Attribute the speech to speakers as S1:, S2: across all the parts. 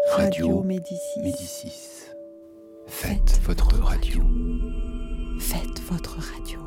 S1: Radio Médicis. Faites votre radio.
S2: Faites votre radio.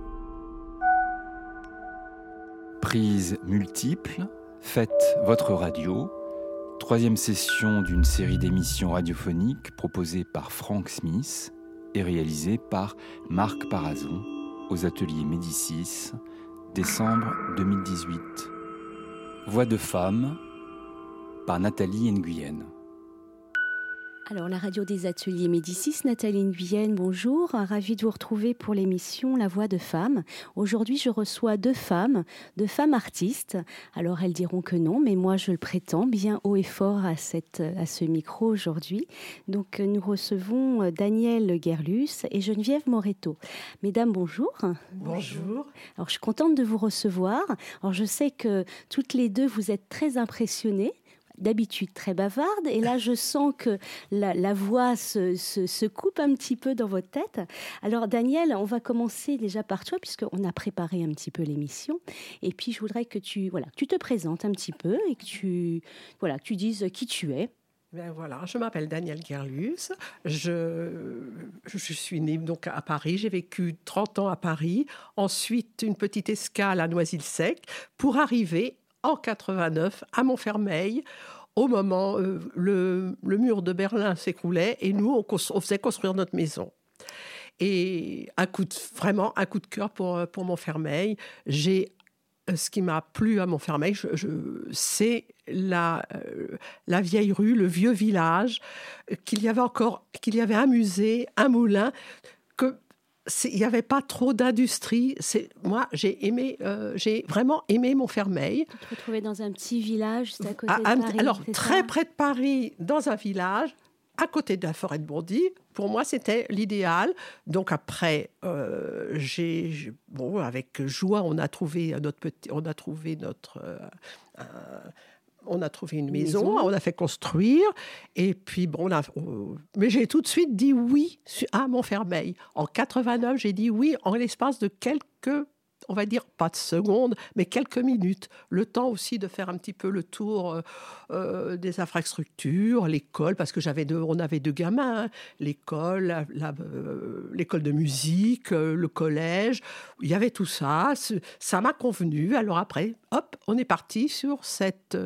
S1: Prise multiple. Faites votre radio. 3e session d'une série d'émissions radiophoniques proposée par Frank Smith et réalisée par Marc Parazon aux ateliers Médicis, décembre 2018. Voix de femme par Nathalie Nguyen.
S2: Alors, la radio des ateliers Médicis, Nathalie Nguyen, bonjour. Ravie de vous retrouver pour l'émission La Voix de Femme. Aujourd'hui, je reçois deux femmes artistes. Alors, elles diront que non, mais moi, je le prétends bien haut et fort à ce micro aujourd'hui. Donc, nous recevons Danielle Guerlus et Geneviève Moretto. Mesdames, bonjour.
S3: Bonjour.
S2: Alors, je suis contente de vous recevoir. Alors, je sais que toutes les deux, vous êtes très impressionnées. D'habitude très bavarde, et là je sens que la voix se coupe un petit peu dans votre tête. Alors Danielle, on va commencer déjà par toi, puisqu'on a préparé un petit peu l'émission, et puis je voudrais que tu te présentes un petit peu, et que tu dises qui tu es.
S3: Ben voilà, je m'appelle Danielle Guerlus, je suis née donc à Paris, j'ai vécu 30 ans à Paris, ensuite une petite escale à Noisy-le-Sec, pour arriver en 89 à Montfermeil, au moment où le mur de Berlin s'écroulait et nous, on faisait construire notre maison. Et un coup de cœur pour Montfermeil. Ce qui m'a plu à Montfermeil, c'est la vieille rue, le vieux village, qu'il y avait un musée, un moulin, il n'y avait pas trop d'industrie. Moi, j'ai vraiment aimé Montfermeil.
S2: Tu te retrouvais dans un petit village, juste à côté de Paris.
S3: Alors, très près de Paris, dans un village, à côté de la forêt de Bondy. Pour moi, c'était l'idéal. Donc après, avec joie, on a trouvé une maison, on a fait construire, et puis mais j'ai tout de suite dit oui à Montfermeil. En 89, j'ai dit oui en l'espace de quelques, on va dire pas de secondes, mais quelques minutes. Le temps aussi de faire un petit peu le tour des infrastructures, l'école, parce que on avait deux gamins, hein, l'école, l'école de musique, le collège, il y avait tout ça. Ça m'a convenu. Alors après, hop, on est parti sur cette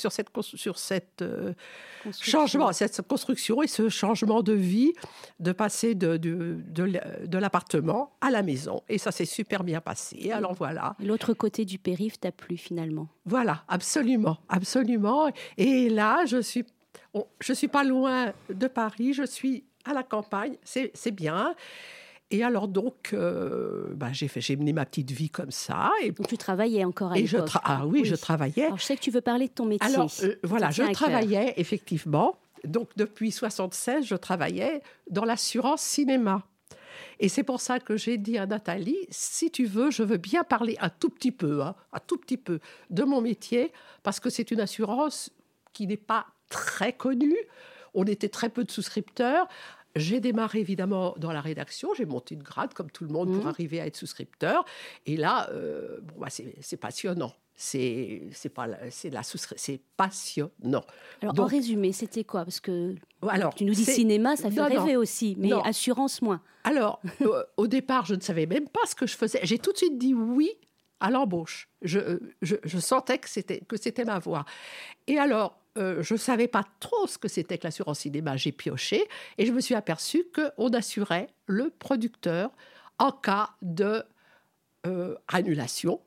S3: construction et ce changement de vie, de passer de l'appartement à la maison. Et ça s'est super bien passé. Alors voilà.
S2: L'autre côté du périph' t'a plu finalement.
S3: Voilà, absolument, absolument. Et là, je suis pas loin de Paris, je suis à la campagne, c'est bien. Et alors donc, j'ai mené ma petite vie comme ça. Et
S2: donc tu travaillais encore à l'époque.
S3: Oui, je travaillais.
S2: Alors je sais que tu veux parler de ton métier.
S3: Alors je travaillais effectivement. Donc depuis 1976, je travaillais dans l'assurance cinéma. Et c'est pour ça que j'ai dit à Nathalie, si tu veux, je veux bien parler un tout petit peu de mon métier, parce que c'est une assurance qui n'est pas très connue. On était très peu de souscripteurs. J'ai démarré évidemment dans la rédaction, j'ai monté de grade comme tout le monde pour arriver à être souscripteur. Et là, c'est passionnant. C'est passionnant.
S2: Alors, en résumé, c'était quoi ? Parce que tu nous dis cinéma, ça fait rêver aussi, mais assurance moins.
S3: Alors, au départ, je ne savais même pas ce que je faisais. J'ai tout de suite dit oui à l'embauche. Je sentais que c'était ma voie. Et alors, je ne savais pas trop ce que c'était que l'assurance cinéma. J'ai pioché et je me suis aperçue qu'on assurait le producteur en cas de annulation.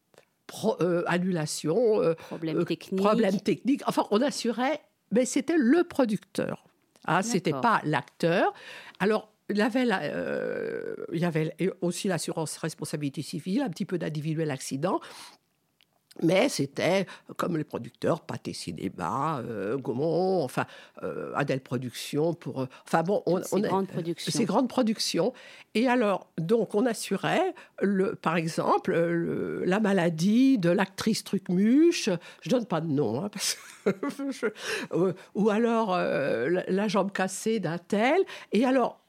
S2: Problème
S3: technique. Enfin, on assurait, mais c'était le producteur. C'était pas l'acteur. Alors, il y avait aussi l'assurance responsabilité civile, un petit peu d'individuel accident. Mais c'était comme les producteurs, Pathé Cinéma, Gaumont, Adèle Productions, ces grandes productions. Et alors, donc, on assurait, par exemple, la maladie de l'actrice Trucmuche, je donne pas de nom, hein, parce que ou alors la jambe cassée d'un tel. Et alors,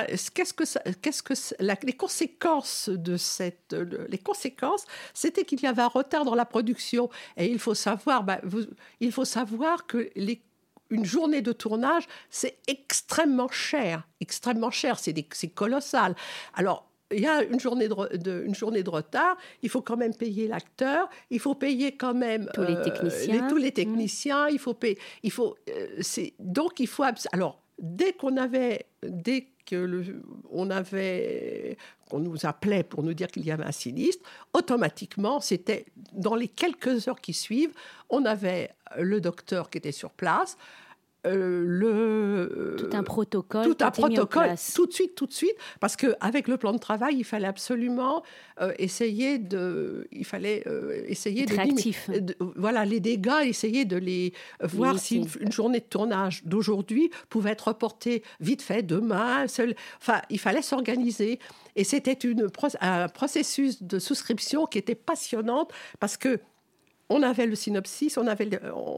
S3: les conséquences c'était qu'il y avait un retard dans la production. Et il faut savoir que une journée de tournage, c'est extrêmement cher, c'est colossal. Alors, il y a une journée de retard, il faut quand même payer l'acteur, il faut payer quand même
S2: tous les techniciens.
S3: Tous les techniciens, alors, qu'on nous appelait pour nous dire qu'il y avait un sinistre, automatiquement, c'était dans les quelques heures qui suivent, on avait le docteur qui était sur place,
S2: tout un protocole
S3: tout de suite, parce qu'avec le plan de travail, il fallait absolument essayer de
S2: réactif.
S3: Voilà, les dégâts, essayer de les voir si une journée de tournage d'aujourd'hui pouvait être reportée vite fait demain. Enfin, il fallait s'organiser. Et c'était un processus de souscription qui était passionnant parce que on avait le synopsis, on avait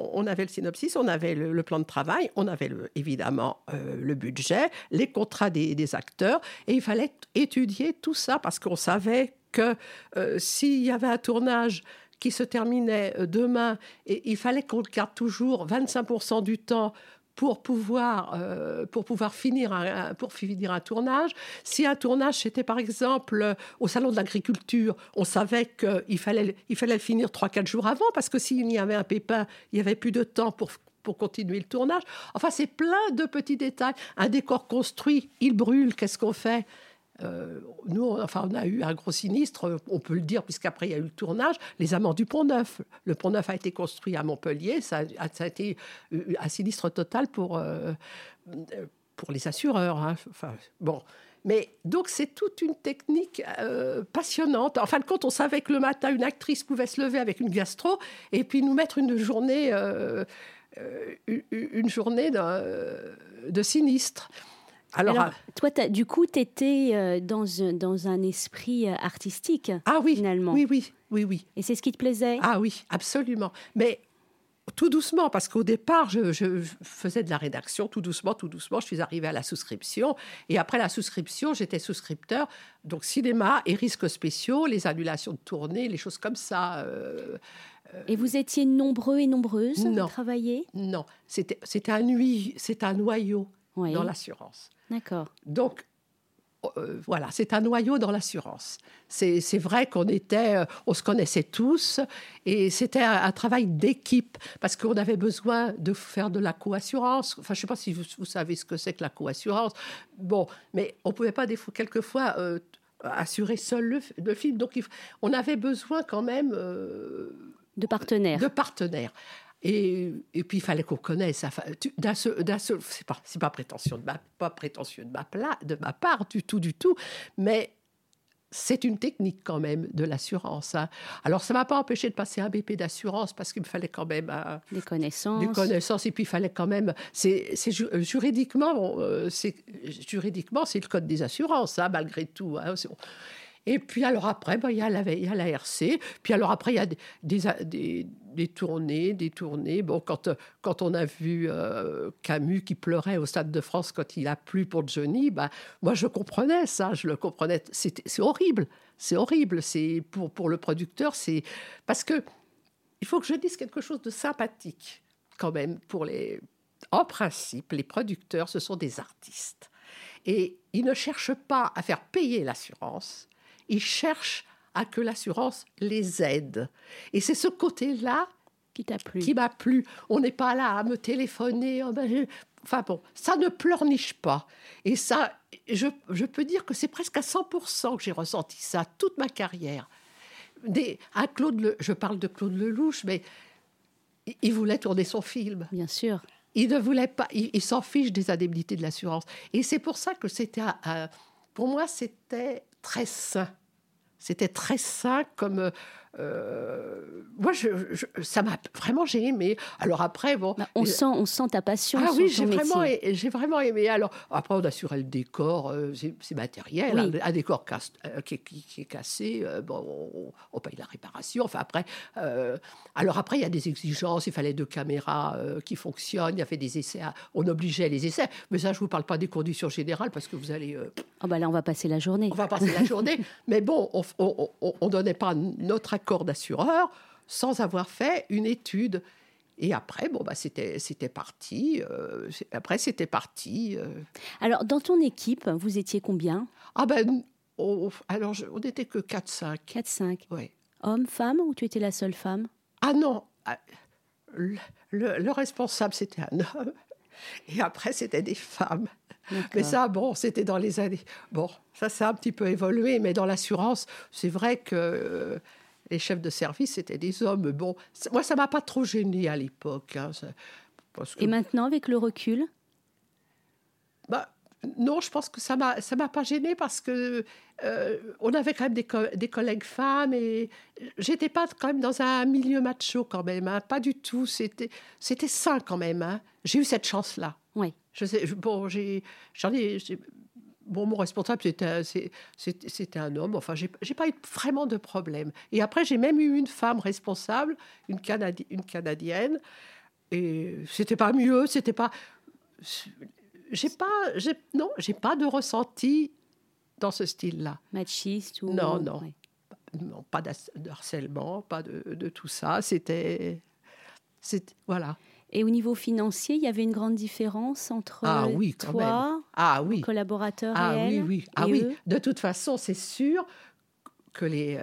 S3: le plan de travail, on avait évidemment le budget, les contrats des acteurs, et il fallait étudier tout ça parce qu'on savait que s'il y avait un tournage qui se terminait demain, et il fallait qu'on garde toujours 25% du temps pour pouvoir finir un tournage. Si un tournage, c'était par exemple au Salon de l'Agriculture, on savait qu'il fallait le finir 3-4 jours avant, parce que s'il y avait un pépin, il n'y avait plus de temps pour continuer le tournage. Enfin, c'est plein de petits détails. Un décor construit, il brûle, qu'est-ce qu'on fait ? Nous, on a eu un gros sinistre, on peut le dire, puisqu'après il y a eu le tournage, les Amants du Pont-Neuf. Le Pont-Neuf a été construit à Montpellier, ça a été un sinistre total pour les assureurs. Hein. Enfin, bon. Mais donc, c'est toute une technique passionnante. En fin de compte, on savait que le matin, une actrice pouvait se lever avec une gastro et puis nous mettre une journée de sinistre.
S2: Alors, toi, du coup, tu étais dans un esprit artistique, finalement.
S3: Oui.
S2: Et c'est ce qui te plaisait ?
S3: Ah oui, absolument. Mais tout doucement, parce qu'au départ, je faisais de la rédaction, tout doucement, je suis arrivée à la souscription. Et après la souscription, j'étais souscripteur, donc cinéma et risques spéciaux, les annulations de tournée, les choses comme ça.
S2: Et vous étiez nombreux et nombreuses à travailler ?
S3: Non, c'était un noyau dans l'assurance.
S2: D'accord.
S3: Donc, voilà, c'est un noyau dans l'assurance. C'est vrai qu'on on se connaissait tous et c'était un travail d'équipe parce qu'on avait besoin de faire de la co-assurance. Enfin, je ne sais pas si vous savez ce que c'est que la co-assurance. Bon, mais on ne pouvait pas quelquefois assurer seul le film. Donc, on avait besoin quand même
S2: de partenaires.
S3: Et puis, il fallait qu'on connaisse. C'est pas prétentieux de ma part du tout. Mais c'est une technique quand même de l'assurance. Hein. Alors, ça ne m'a pas empêché de passer un BP d'assurance parce qu'il me fallait quand même...
S2: Des connaissances.
S3: Et puis, il fallait quand même... Juridiquement, c'est le code des assurances, hein, malgré tout. Hein. Et puis, alors après, il y a l'ARC. Puis, alors après, il y a des tournées. Bon, quand on a vu Camus qui pleurait au Stade de France quand il a plu pour Johnny, moi, je comprenais ça. Je le comprenais. C'est horrible. C'est horrible. C'est pour le producteur. C'est parce que il faut que je dise quelque chose de sympathique quand même. En principe, les producteurs, ce sont des artistes. Et ils ne cherchent pas à faire payer l'assurance. Ils cherchent à que l'assurance les aide. Et c'est ce côté-là qui m'a plu. On n'est pas là à me téléphoner. Enfin bon, ça ne pleurniche pas. Et ça, je peux dire que c'est presque à 100% que j'ai ressenti ça toute ma carrière. Je parle de Claude Lelouch, mais il voulait tourner son film.
S2: Bien sûr.
S3: Il ne voulait pas. Il s'en fiche des indemnités de l'assurance. Et c'est pour ça que pour moi, c'était très sain. C'était très sain comme... moi, j'ai aimé. Alors après, bon...
S2: On sent ta passion
S3: sur
S2: ton métier.
S3: J'ai vraiment aimé. Alors, après, on assurait le décor, c'est matériel.
S2: Oui.
S3: Un décor qui est cassé, on paye la réparation. Enfin, après... alors après, il y a des exigences. Il fallait 2 caméras qui fonctionnent. Il y avait des essais. On obligeait les essais. Mais ça, je ne vous parle pas des conditions générales parce que vous allez...
S2: là, on va passer la journée.
S3: Mais bon, on ne donnait pas notre accord d'assureur sans avoir fait une étude. Et après, c'était parti. Après, c'était parti.
S2: Alors, dans ton équipe, vous étiez combien?
S3: Alors, on n'était que 4-5.
S2: 4-5.
S3: Ouais.
S2: Hommes, femmes, ou tu étais la seule femme?
S3: Ah non, le responsable, c'était un homme. Et après, c'était des femmes.
S2: D'accord.
S3: Mais ça, c'était dans les années... Bon, ça a un petit peu évolué, mais dans l'assurance, c'est vrai que les chefs de service, c'était des hommes. Bon, moi, ça ne m'a pas trop gênée à l'époque. Hein, parce que...
S2: Et maintenant, avec le recul?
S3: Non, je pense que ça m'a pas gênée parce que on avait quand même des collègues femmes et j'étais pas quand même dans un milieu macho quand même, hein, pas du tout. C'était sain quand même. Hein. J'ai eu cette chance-là.
S2: Oui.
S3: Mon responsable c'était un homme. Enfin, j'ai pas eu vraiment de problème. Et après, j'ai même eu une femme responsable, une Canadienne, et c'était pas mieux. C'était pas. J'ai pas de ressenti dans ce style-là.
S2: Machiste ou...
S3: Non.
S2: Ouais.
S3: Non, pas de harcèlement, pas de tout ça. Voilà.
S2: Et au niveau financier, il y avait une grande différence entre toi, ton collaborateur et elle?
S3: Oui.
S2: Eux?
S3: De toute façon, c'est sûr que les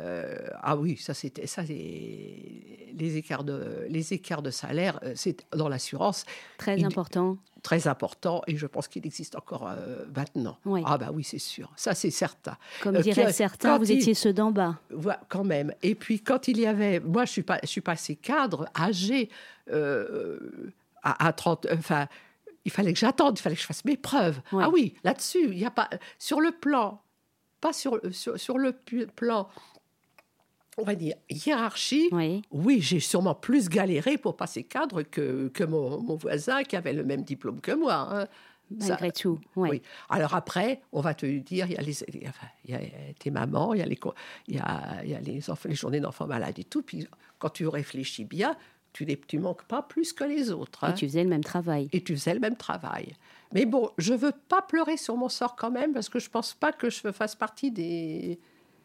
S3: écarts de salaire, c'est dans l'assurance
S2: Très important.
S3: Très important, et je pense qu'il existe encore maintenant.
S2: Oui.
S3: Ah oui, c'est sûr, ça c'est certain.
S2: Comme diraient certains, vous étiez ceux d'en bas.
S3: Quand même. Et puis quand il y avait, moi je suis passé cadre, âgé, à 30, enfin, il fallait que j'attende, il fallait que je fasse mes preuves.
S2: Oui.
S3: Ah oui, là-dessus, il y a pas sur le plan, pas sur le plan, on va dire, hiérarchie, oui, j'ai sûrement plus galéré pour passer cadre que mon voisin qui avait le même diplôme que moi. Hein.
S2: Malgré tout,
S3: oui. Alors après, on va te dire, il y a tes mamans, il y a les journées d'enfants malades et tout. Puis quand tu réfléchis bien, tu manques pas plus que les autres. Hein.
S2: Et tu faisais le même travail.
S3: Mais bon, je veux pas pleurer sur mon sort quand même, parce que je pense pas que je fasse partie des...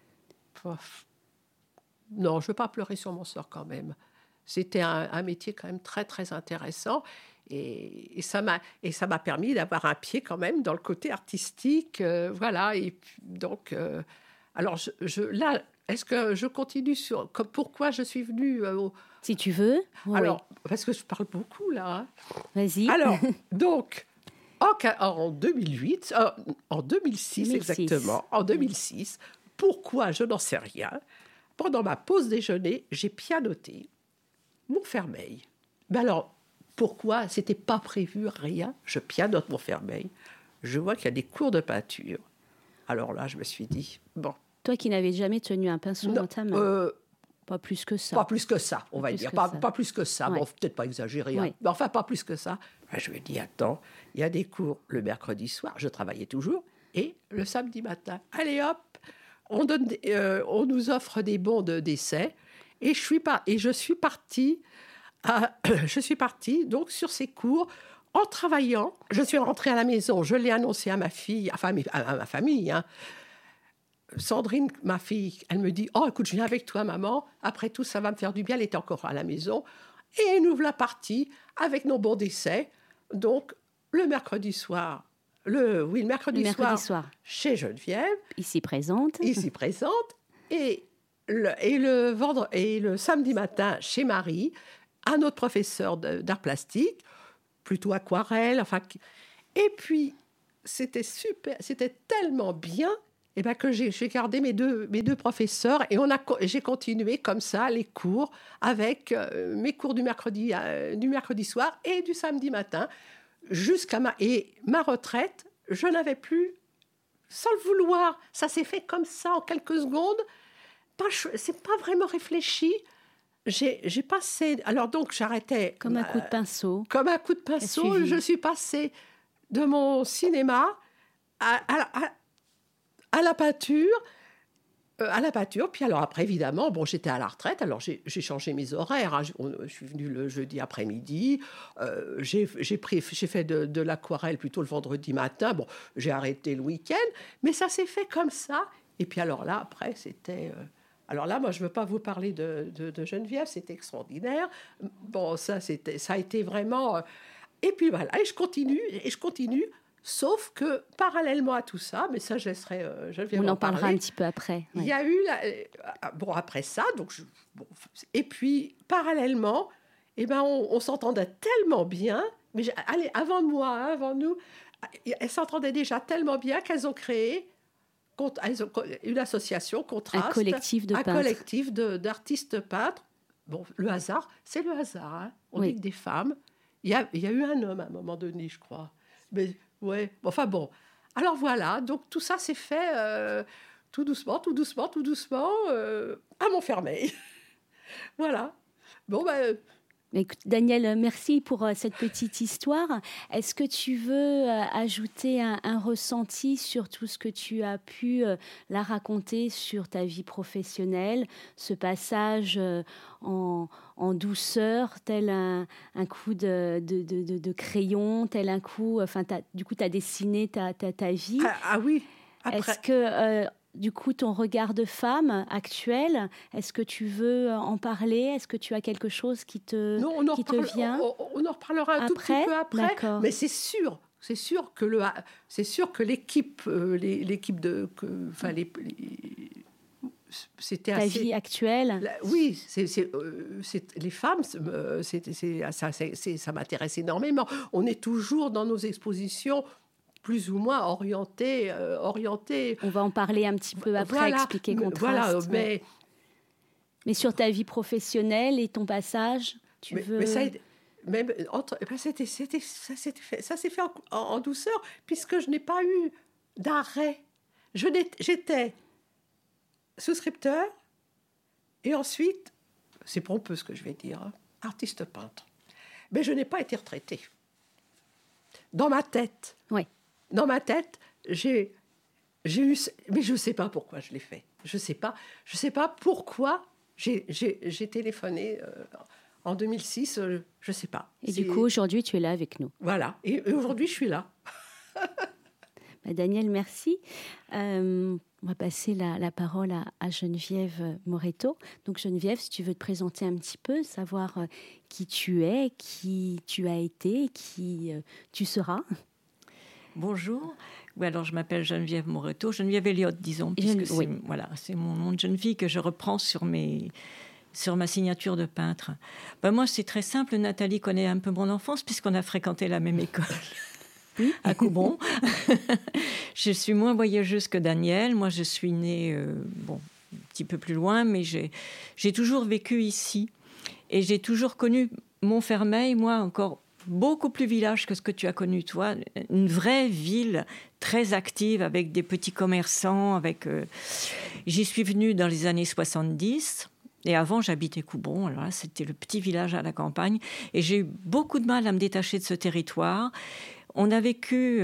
S3: Non, je veux pas pleurer sur mon sort quand même. C'était un métier quand même très, très intéressant. Et ça m'a permis d'avoir un pied quand même dans le côté artistique. Voilà. Et puis, donc, alors, là, est-ce que je continue sur pourquoi je suis venue
S2: Si tu veux. Oui.
S3: Alors, parce que je parle beaucoup, là. Hein.
S2: Vas-y.
S3: Alors, donc, en 2008, en 2006 exactement, en 2006, pourquoi, je n'en sais rien. Pendant ma pause déjeuner, j'ai pianoté Montfermeil. Mais alors, pourquoi? C'était pas prévu, rien. Je pianote Montfermeil. Je vois qu'il y a des cours de peinture. Alors là, je me suis dit, bon.
S2: Toi qui n'avais jamais tenu un pinceau dans ta main. Pas plus que ça.
S3: Pas plus que ça, on va dire. Pas plus que ça.
S2: Ouais.
S3: Bon, peut-être pas exagéré.
S2: Ouais.
S3: Hein. Mais enfin, pas plus que ça. Je me dis, attends, il y a des cours le mercredi soir. Je travaillais toujours. Et le samedi matin, allez hop, on nous offre des bons d'essai. Et je suis partie donc sur ces cours en travaillant. Je suis rentrée à la maison. Je l'ai annoncé à ma fille, à ma famille. Hein. Sandrine, ma fille, elle me dit « Oh, écoute, je viens avec toi, maman. Après tout, ça va me faire du bien. » Elle était encore à la maison. Et nous voilà partis avec nos bons d'essai. Donc, le mercredi soir, le mercredi soir, chez Geneviève.
S2: Ici présente.
S3: Et le samedi matin, chez Marie, un autre professeur d'art plastique, plutôt aquarelle. Enfin, et puis, c'était super, c'était tellement bien que j'ai gardé mes deux professeurs et j'ai continué comme ça les cours avec mes cours du mercredi soir et du samedi matin jusqu'à ma retraite. Je n'avais plus, sans le vouloir, ça s'est fait comme ça en quelques secondes. C'est pas vraiment réfléchi. J'ai passé... Alors donc, j'arrêtais...
S2: Comme un coup de pinceau.
S3: Comme un coup de pinceau, je suis passée de mon cinéma à la peinture. Puis alors après, évidemment, j'étais à la retraite, alors j'ai changé mes horaires. Hein. Je suis venue le jeudi après-midi. J'ai fait de l'aquarelle plutôt le vendredi matin. Bon, j'ai arrêté le week-end, mais ça s'est fait comme ça. Et puis alors là, après, c'était... Alors là, moi, je ne veux pas vous parler de Geneviève, c'est extraordinaire. Bon, ça a été vraiment... Et puis voilà, et je continue, sauf que parallèlement à tout ça, mais ça, je laisserai Geneviève
S2: On en
S3: parler.
S2: parlera un petit peu après.
S3: Il y a eu... après ça, et puis parallèlement, on s'entendait tellement bien, mais avant moi, avant nous, elles s'entendaient déjà tellement bien qu'elles ont créé une association, Contraste,
S2: un collectif
S3: d'artistes peintres. Bon, le hasard, c'est le hasard. Hein. On
S2: oui.
S3: dit que des femmes. Il y a eu un homme à un moment donné, je crois. Mais ouais, enfin bon. Alors voilà, donc tout ça s'est fait tout doucement, à Montfermeil. Voilà. Bon,
S2: Écoute, Daniel, merci pour cette petite histoire. Est-ce que tu veux ajouter un ressenti sur tout ce que tu as pu la raconter sur ta vie professionnelle, ce passage en douceur, tel un coup de crayon, tel un coup... du coup, tu as dessiné ta vie.
S3: Ah oui.
S2: Après... Est-ce que... du coup, ton regard de femme actuel, est-ce que tu veux en parler? Est-ce que tu as quelque chose qui te vient?
S3: On en reparlera un tout petit peu après.
S2: D'accord.
S3: Mais c'est sûr que l'équipe, c'était
S2: ta vie actuelle.
S3: Oui, les femmes, ça m'intéresse énormément. On est toujours dans nos expositions plus ou moins orienté.
S2: On va en parler un petit peu après, expliquer Contraste.
S3: Voilà,
S2: mais sur ta vie professionnelle et ton passage,
S3: ça s'est fait en douceur, puisque je n'ai pas eu d'arrêt. J'étais souscripteur, et ensuite, c'est pompeux ce que je vais dire, hein, artiste peintre. Mais je n'ai pas été retraitée. Dans ma tête.
S2: Oui.
S3: Dans ma tête, j'ai eu... Mais je ne sais pas pourquoi je l'ai fait. Je ne sais pas pourquoi j'ai téléphoné en 2006. Je ne sais pas.
S2: Et du coup, aujourd'hui, tu es là avec nous.
S3: Voilà. Et aujourd'hui, je suis là.
S2: Daniel, merci. On va passer la parole à Geneviève Moretto. Donc Geneviève, si tu veux te présenter un petit peu, savoir qui tu es, qui tu as été, qui tu seras.
S4: Bonjour, oui, alors je m'appelle Geneviève Moretto, Geneviève Elliott, disons, puisque c'est mon nom de jeune fille que je reprends sur ma signature de peintre. Moi, c'est très simple, Nathalie connaît un peu mon enfance, puisqu'on a fréquenté la même école à Coubon. Je suis moins voyageuse que Daniel, moi je suis née un petit peu plus loin, mais j'ai toujours vécu ici, et j'ai toujours connu Montfermeil, moi encore beaucoup plus village que ce que tu as connu, toi. Une vraie ville très active avec des petits commerçants. J'y suis venue dans les années 70. Et avant, j'habitais Coubon. Alors là, c'était le petit village à la campagne. Et j'ai eu beaucoup de mal à me détacher de ce territoire. On a vécu,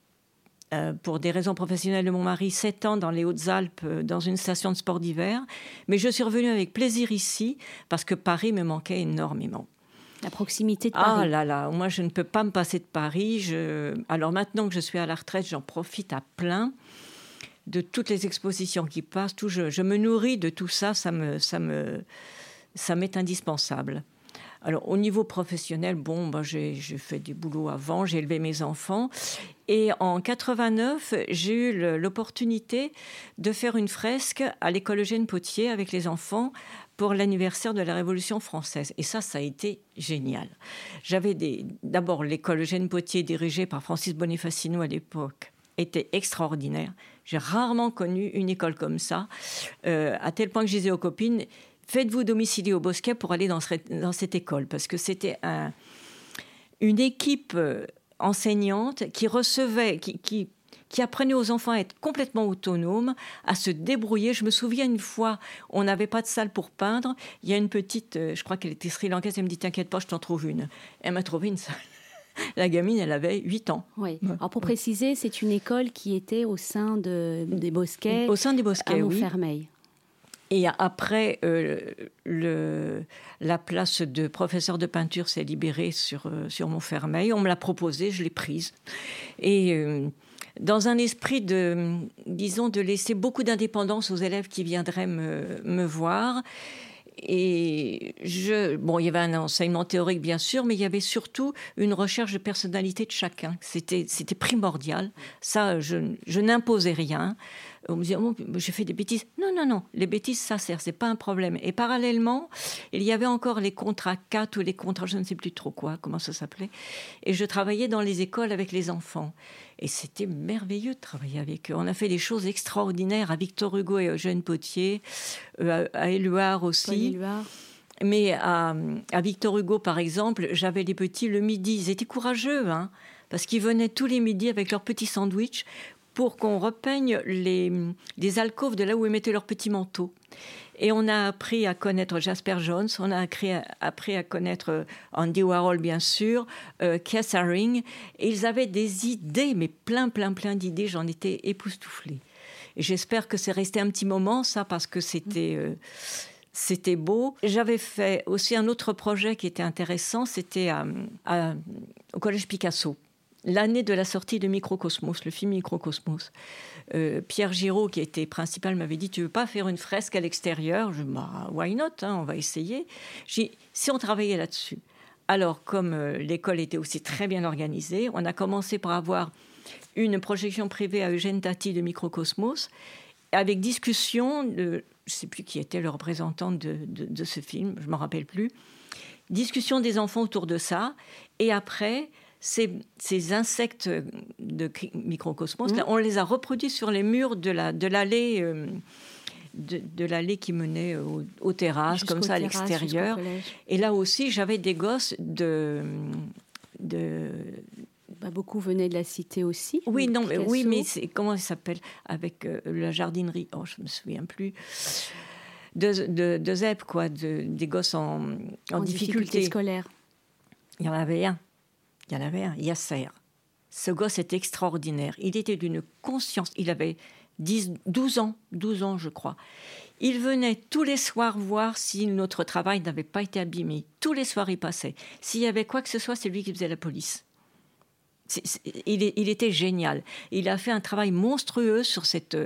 S4: pour des raisons professionnelles de mon mari, 7 ans dans les Hautes-Alpes, dans une station de sport d'hiver. Mais je suis revenue avec plaisir ici, parce que Paris me manquait énormément.
S2: La proximité de Paris.
S4: Ah là là, moi je ne peux pas me passer de Paris. Alors maintenant que je suis à la retraite, j'en profite à plein de toutes les expositions qui passent. Je me nourris de tout ça, ça m'est indispensable. Alors au niveau professionnel, j'ai fait des boulots avant, j'ai élevé mes enfants. Et en 89, j'ai eu l'opportunité de faire une fresque à l'école Eugène Pottier avec les enfants pour l'anniversaire de la Révolution française. Et ça a été génial. J'avais d'abord l'école Eugène Pottier, dirigée par Francis Bonifacinou à l'époque, était extraordinaire. J'ai rarement connu une école comme ça, à tel point que je disais aux copines, faites-vous domicilier au Bosquet pour aller dans cette école, parce que c'était une équipe enseignante qui recevait, qui apprenait aux enfants à être complètement autonomes, à se débrouiller. Je me souviens une fois, on n'avait pas de salle pour peindre. Il y a une petite, je crois qu'elle était sri-lankaise, elle me dit « T'inquiète pas, je t'en trouve une ». Elle m'a trouvé une salle. La gamine, elle avait 8 ans.
S2: Oui. Alors pour préciser, c'est une école qui était au sein des Bosquets.
S4: Au sein des Bosquets,
S2: à Montfermeil. Oui.
S4: Et après, la place de professeur de peinture s'est libérée sur Montfermeil. On me l'a proposée, je l'ai prise. Et dans un esprit de laisser beaucoup d'indépendance aux élèves qui viendraient me voir. Et il y avait un enseignement théorique, bien sûr, mais il y avait surtout une recherche de personnalité de chacun. C'était primordial. Ça, je n'imposais rien. On me disait, j'ai fait des bêtises. Non, les bêtises, ça sert, c'est pas un problème. Et parallèlement, il y avait encore les contrats 4 ou les contrats, je ne sais plus trop comment ça s'appelait. Et je travaillais dans les écoles avec les enfants. Et c'était merveilleux de travailler avec eux. On a fait des choses extraordinaires à Victor Hugo et Eugène Potier, à Éluard aussi. Mais à Victor Hugo, par exemple, j'avais les petits le midi. Ils étaient courageux, parce qu'ils venaient tous les midis avec leurs petits sandwichs pour qu'on repeigne les alcôves de là où ils mettaient leurs petits manteaux. Et on a appris à connaître Jasper Johns, on a appris à connaître Andy Warhol, bien sûr, Keith Haring. Et ils avaient des idées, mais plein d'idées. J'en étais époustouflée. Et j'espère que c'est resté un petit moment, ça, parce que c'était beau. J'avais fait aussi un autre projet qui était intéressant, c'était au Collège Picasso. L'année de la sortie de Microcosmos, le film Microcosmos. Pierre Giraud, qui était principal, m'avait dit « Tu veux pas faire une fresque à l'extérieur ?» Je dis « Why not, on va essayer. » J'ai dit « Si on travaillait là-dessus. » Alors, comme l'école était aussi très bien organisée, on a commencé par avoir une projection privée à Eugène Tati de Microcosmos, avec discussion, je ne sais plus qui était le représentant de ce film, je ne m'en rappelle plus, discussion des enfants autour de ça, et après... Ces insectes de Microcosmos, là, on les a reproduits sur les murs de l'allée qui menait aux terrasses, comme ça, à l'extérieur. Et là aussi, j'avais des gosses
S2: beaucoup venaient de la cité aussi.
S4: Oui, mais comment ça s'appelle avec la jardinerie. Oh, je me souviens plus. De ZEP, quoi, des gosses en difficulté
S2: scolaire.
S4: Il y en avait un, Yasser. Ce gosse était extraordinaire. Il était d'une conscience. Il avait 12 ans, je crois. Il venait tous les soirs voir si notre travail n'avait pas été abîmé. Tous les soirs, il passait. S'il y avait quoi que ce soit, c'est lui qui faisait la police. Il était génial. Il a fait un travail monstrueux sur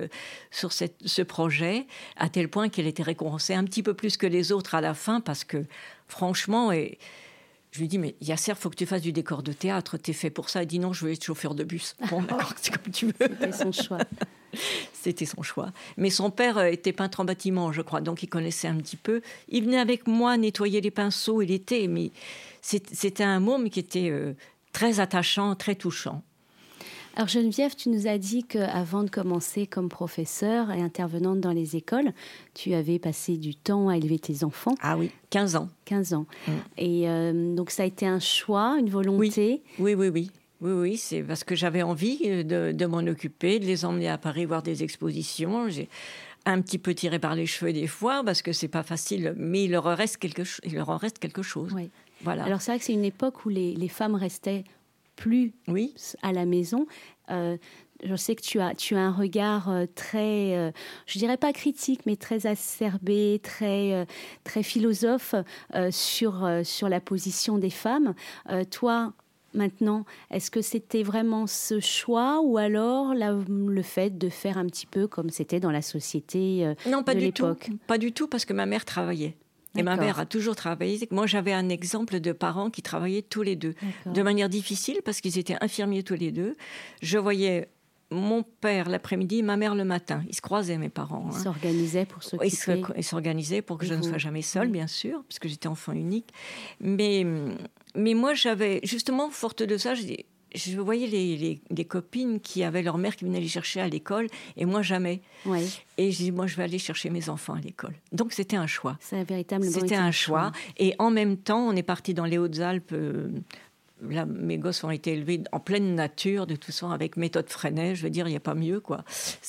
S4: ce projet, à tel point qu'il était récompensé un petit peu plus que les autres à la fin, parce que, franchement... Je lui dis, mais Yasser, il faut que tu fasses du décor de théâtre. T'es fait pour ça. Il dit, non, je veux être chauffeur de bus. Bon, d'accord, c'est comme tu veux.
S2: C'était son choix.
S4: C'était son choix. Mais son père était peintre en bâtiment, je crois, donc il connaissait un petit peu. Il venait avec moi nettoyer les pinceaux. Mais c'était un môme qui était très attachant, très touchant.
S2: Alors Geneviève, tu nous as dit qu'avant de commencer comme professeure et intervenante dans les écoles, tu avais passé du temps à élever tes enfants.
S4: Ah oui, 15 ans.
S2: 15 ans. Et donc ça a été un choix, une volonté.
S4: Oui, c'est parce que j'avais envie de m'en occuper, de les emmener à Paris voir des expositions. J'ai un petit peu tiré par les cheveux des fois, parce que c'est pas facile, mais il leur en reste quelque chose. Oui. Voilà.
S2: Alors c'est vrai que c'est une époque où les femmes restaient plus à la maison. Je sais que tu as un regard très, je dirais pas critique, mais très acerbé, très philosophe sur la position des femmes. Toi, maintenant, est-ce que c'était vraiment ce choix ou alors le fait de faire un petit peu comme c'était dans la société
S4: Non, pas
S2: de
S4: du
S2: l'époque?
S4: tout. Pas du tout, parce que ma mère travaillait. Et ma mère a toujours travaillé. Moi, j'avais un exemple de parents qui travaillaient tous les deux. De manière difficile, parce qu'ils étaient infirmiers tous les deux. Je voyais mon père l'après-midi, ma mère le matin. Ils se croisaient, mes parents.
S2: Ils s'organisaient pour s'occuper.
S4: Ils s'organisaient pour que je ne sois jamais seule, bien sûr, parce que j'étais enfant unique. Mais moi, j'avais, justement, forte de ça, je voyais les copines qui avaient leur mère qui venait les chercher à l'école, et moi jamais. Ouais. Et je dis, moi je vais aller chercher mes enfants à l'école. Donc c'était un choix.
S2: C'était
S4: un choix. Et en même temps, on est parti dans les Hautes-Alpes. Là, mes gosses ont été élevés en pleine nature, de toute façon, avec méthode Freinet. Je veux dire, il n'y a pas mieux, quoi.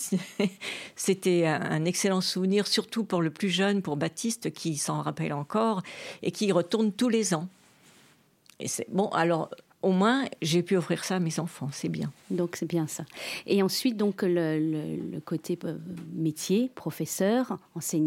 S4: C'était un excellent souvenir, surtout pour le plus jeune, pour Baptiste, qui s'en rappelle encore, et qui y retourne tous les ans. Et c'est bon, alors... Au moins, j'ai pu offrir ça à mes enfants, c'est bien.
S2: Donc, c'est bien ça. Et ensuite, donc, le côté métier, professeur,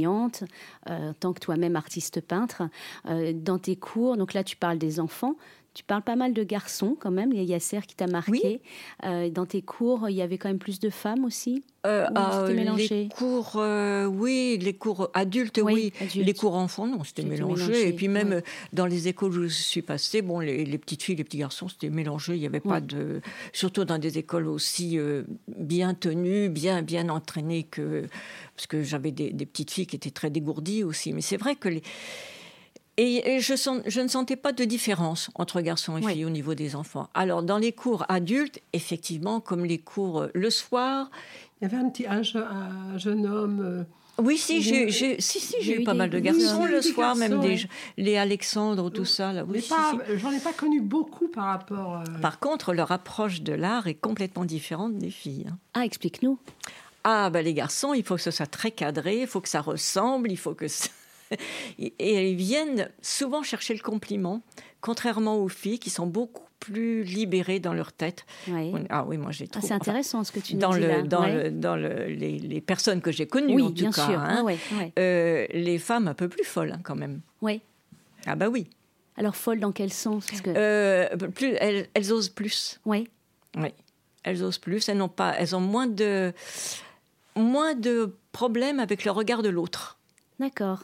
S2: enseignante, en tant que toi-même artiste peintre, dans tes cours, donc là, tu parles des enfants, Tu parles pas mal de garçons quand même. Il y a Yasser qui t'a marqué. Oui. Dans tes cours, il y avait quand même plus de femmes aussi. C'était mélangé.
S4: Les cours, oui. Les cours adultes, oui. Les cours enfants, non, c'était mélangé. Et puis même dans les écoles où je suis passée, bon, les petites filles, les petits garçons, c'était mélangé. Il n'y avait pas de... Surtout dans des écoles aussi bien tenues, bien entraînées parce que j'avais des petites filles qui étaient très dégourdies aussi. Mais c'est vrai que Et je ne sentais pas de différence entre garçons et filles au niveau des enfants. Alors, dans les cours adultes, effectivement, comme les cours le soir...
S3: Il y avait un jeune homme...
S4: Oui, j'ai eu pas mal de garçons le soir, même les Alexandre, tout ça. Là. Oui,
S3: j'en ai pas connu beaucoup par rapport...
S4: Par contre, leur approche de l'art est complètement différente des filles.
S2: Ah, explique-nous.
S4: Ah, les garçons, il faut que ce soit très cadré, il faut que ça ressemble, il faut que... Et ils viennent souvent chercher le compliment, contrairement aux filles qui sont beaucoup plus libérées dans leur tête.
S2: Oui.
S4: Ah oui, moi j'ai trouvé.
S2: C'est intéressant ce que tu nous dis là.
S4: Dans les personnes que j'ai connues, en tout
S2: bien
S4: cas.
S2: Sûr.
S4: Hein, les femmes un peu plus folles quand même.
S2: Oui.
S4: Ah oui.
S2: Alors folles dans quel sens? Parce que...
S4: elles osent plus.
S2: Oui.
S4: Oui. Elles osent plus. Elles ont moins de problèmes avec le regard de l'autre.
S2: D'accord.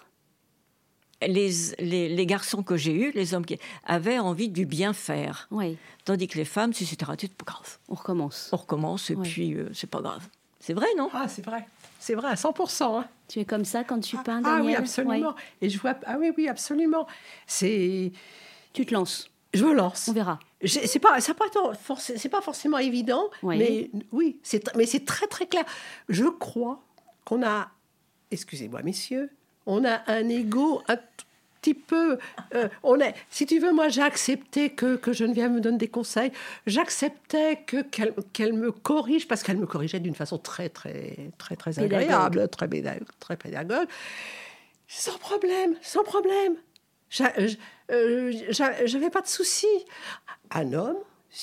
S4: Les garçons que j'ai eus, les hommes qui avaient envie du bien faire.
S2: Oui.
S4: Tandis que les femmes, si c'était raté, c'est pas grave.
S2: On recommence.
S4: Et puis c'est pas grave. C'est vrai, non?
S3: Ah, c'est vrai. C'est vrai, à 100%. Hein.
S2: Tu es comme ça quand tu peins, Daniel?
S3: Ah oui, absolument. Ouais. Et je vois... Ah oui, absolument.
S2: Tu te lances?
S3: Je me lance.
S2: On verra.
S3: C'est pas forcément évident, mais oui, mais c'est très, très clair. Je crois qu'on a... Excusez-moi, messieurs. On a un ego un petit peu... si tu veux, moi, j'ai accepté que Geneviève me donne des conseils. J'acceptais qu'elle me corrige, parce qu'elle me corrigeait d'une façon très, très, très, très agréable, très pédagogue. Sans problème. J'avais pas de souci. Un homme,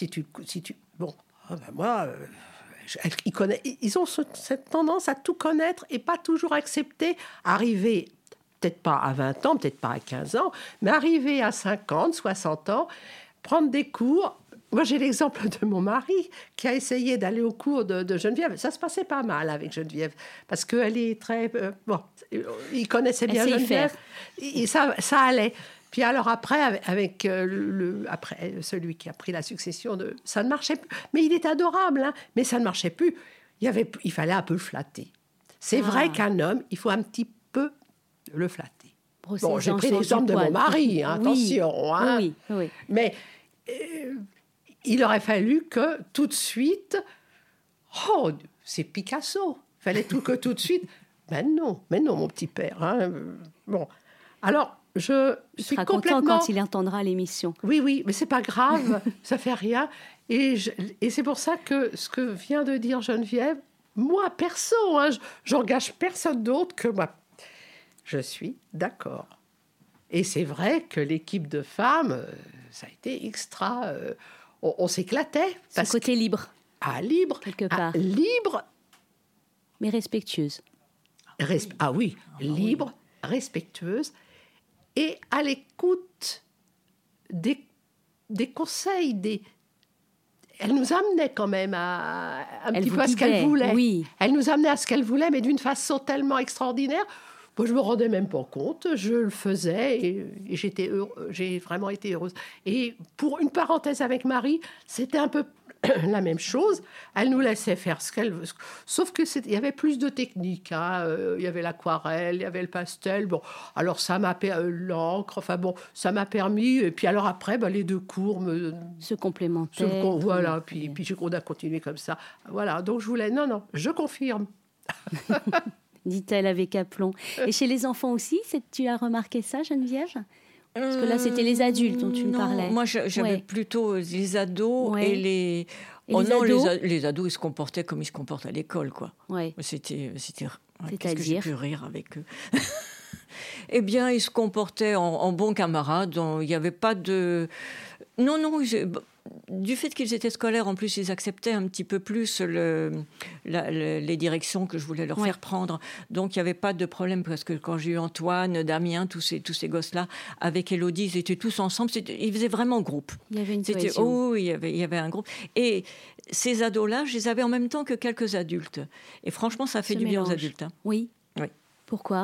S3: ils ont cette tendance à tout connaître et pas toujours accepter, arriver, peut-être pas à 20 ans, peut-être pas à 15 ans, mais arriver à 50, 60 ans, prendre des cours. Moi, j'ai l'exemple de mon mari qui a essayé d'aller au cours de Geneviève. Ça se passait pas mal avec Geneviève, parce qu'elle est très... il connaissait bien Geneviève, et ça allait. Puis alors après, avec celui qui a pris la succession, ça ne marchait plus. Mais il est adorable, hein, mais ça ne marchait plus. Il fallait un peu le flatter. C'est vrai qu'un homme, il faut un petit peu le flatter. Bon, j'ai pris l'exemple de mon mari, hein, attention. Hein.
S2: Oui.
S3: Mais il aurait fallu que tout de suite... Oh, c'est Picasso. Il fallait que tout de suite... Mais non, mon petit père. Hein. Bon, alors... Je suis
S2: content quand il entendra l'émission.
S3: Oui, mais c'est pas grave, ça fait rien. Et c'est pour ça que ce que vient de dire Geneviève, moi, perso, hein, j'engage personne d'autre que moi. Je suis d'accord. Et c'est vrai que l'équipe de femmes, ça a été extra. On s'éclatait.
S2: Ce côté libre.
S3: Libre.
S2: Quelque part.
S3: Libre.
S2: Mais respectueuse.
S3: Libre, respectueuse. Et à l'écoute des conseils, elle nous amenait quand même un petit peu à ce qu'elle voulait.
S2: Oui.
S3: Elle nous amenait à ce qu'elle voulait, mais d'une façon tellement extraordinaire. Moi, je ne me rendais même pas compte. Je le faisais et j'ai vraiment été heureuse. Et pour une parenthèse avec Marie, c'était un peu la même chose. Elle nous laissait faire ce qu'elle veut. Sauf qu'il y avait plus de techniques. Hein. Il y avait l'aquarelle, il y avait le pastel. Bon, alors ça m'a l'encre. Enfin bon, ça m'a permis. Et puis alors après, les deux cours
S2: se complémentaient.
S3: Voilà. Puis on a continué comme ça. Voilà. Donc je voulais. Non, je confirme.
S2: Dit-elle avec aplomb. Et chez les enfants aussi, tu as remarqué ça, Geneviève ? Parce que là, c'était les adultes dont tu me parlais.
S4: Moi, j'avais plutôt les ados et les... les ados, ils se comportaient comme ils se comportent à l'école, quoi.
S2: Ouais.
S4: Qu'est-ce que j'ai pu rire avec eux. Eh bien, ils se comportaient en bons camarades. Il n'y avait pas de... Non, du fait qu'ils étaient scolaires, en plus, ils acceptaient un petit peu plus les directions que je voulais leur faire prendre. Donc, il n'y avait pas de problème, parce que quand j'ai eu Antoine, Damien, tous ces gosses-là, avec Élodie, ils étaient tous ensemble. Ils faisaient vraiment groupe.
S2: Il y avait une cohésion.
S4: Il y avait un groupe. Et ces ados-là, je les avais en même temps que quelques adultes. Et franchement, ça fait du bien aux adultes. Hein.
S2: Oui. Pourquoi ?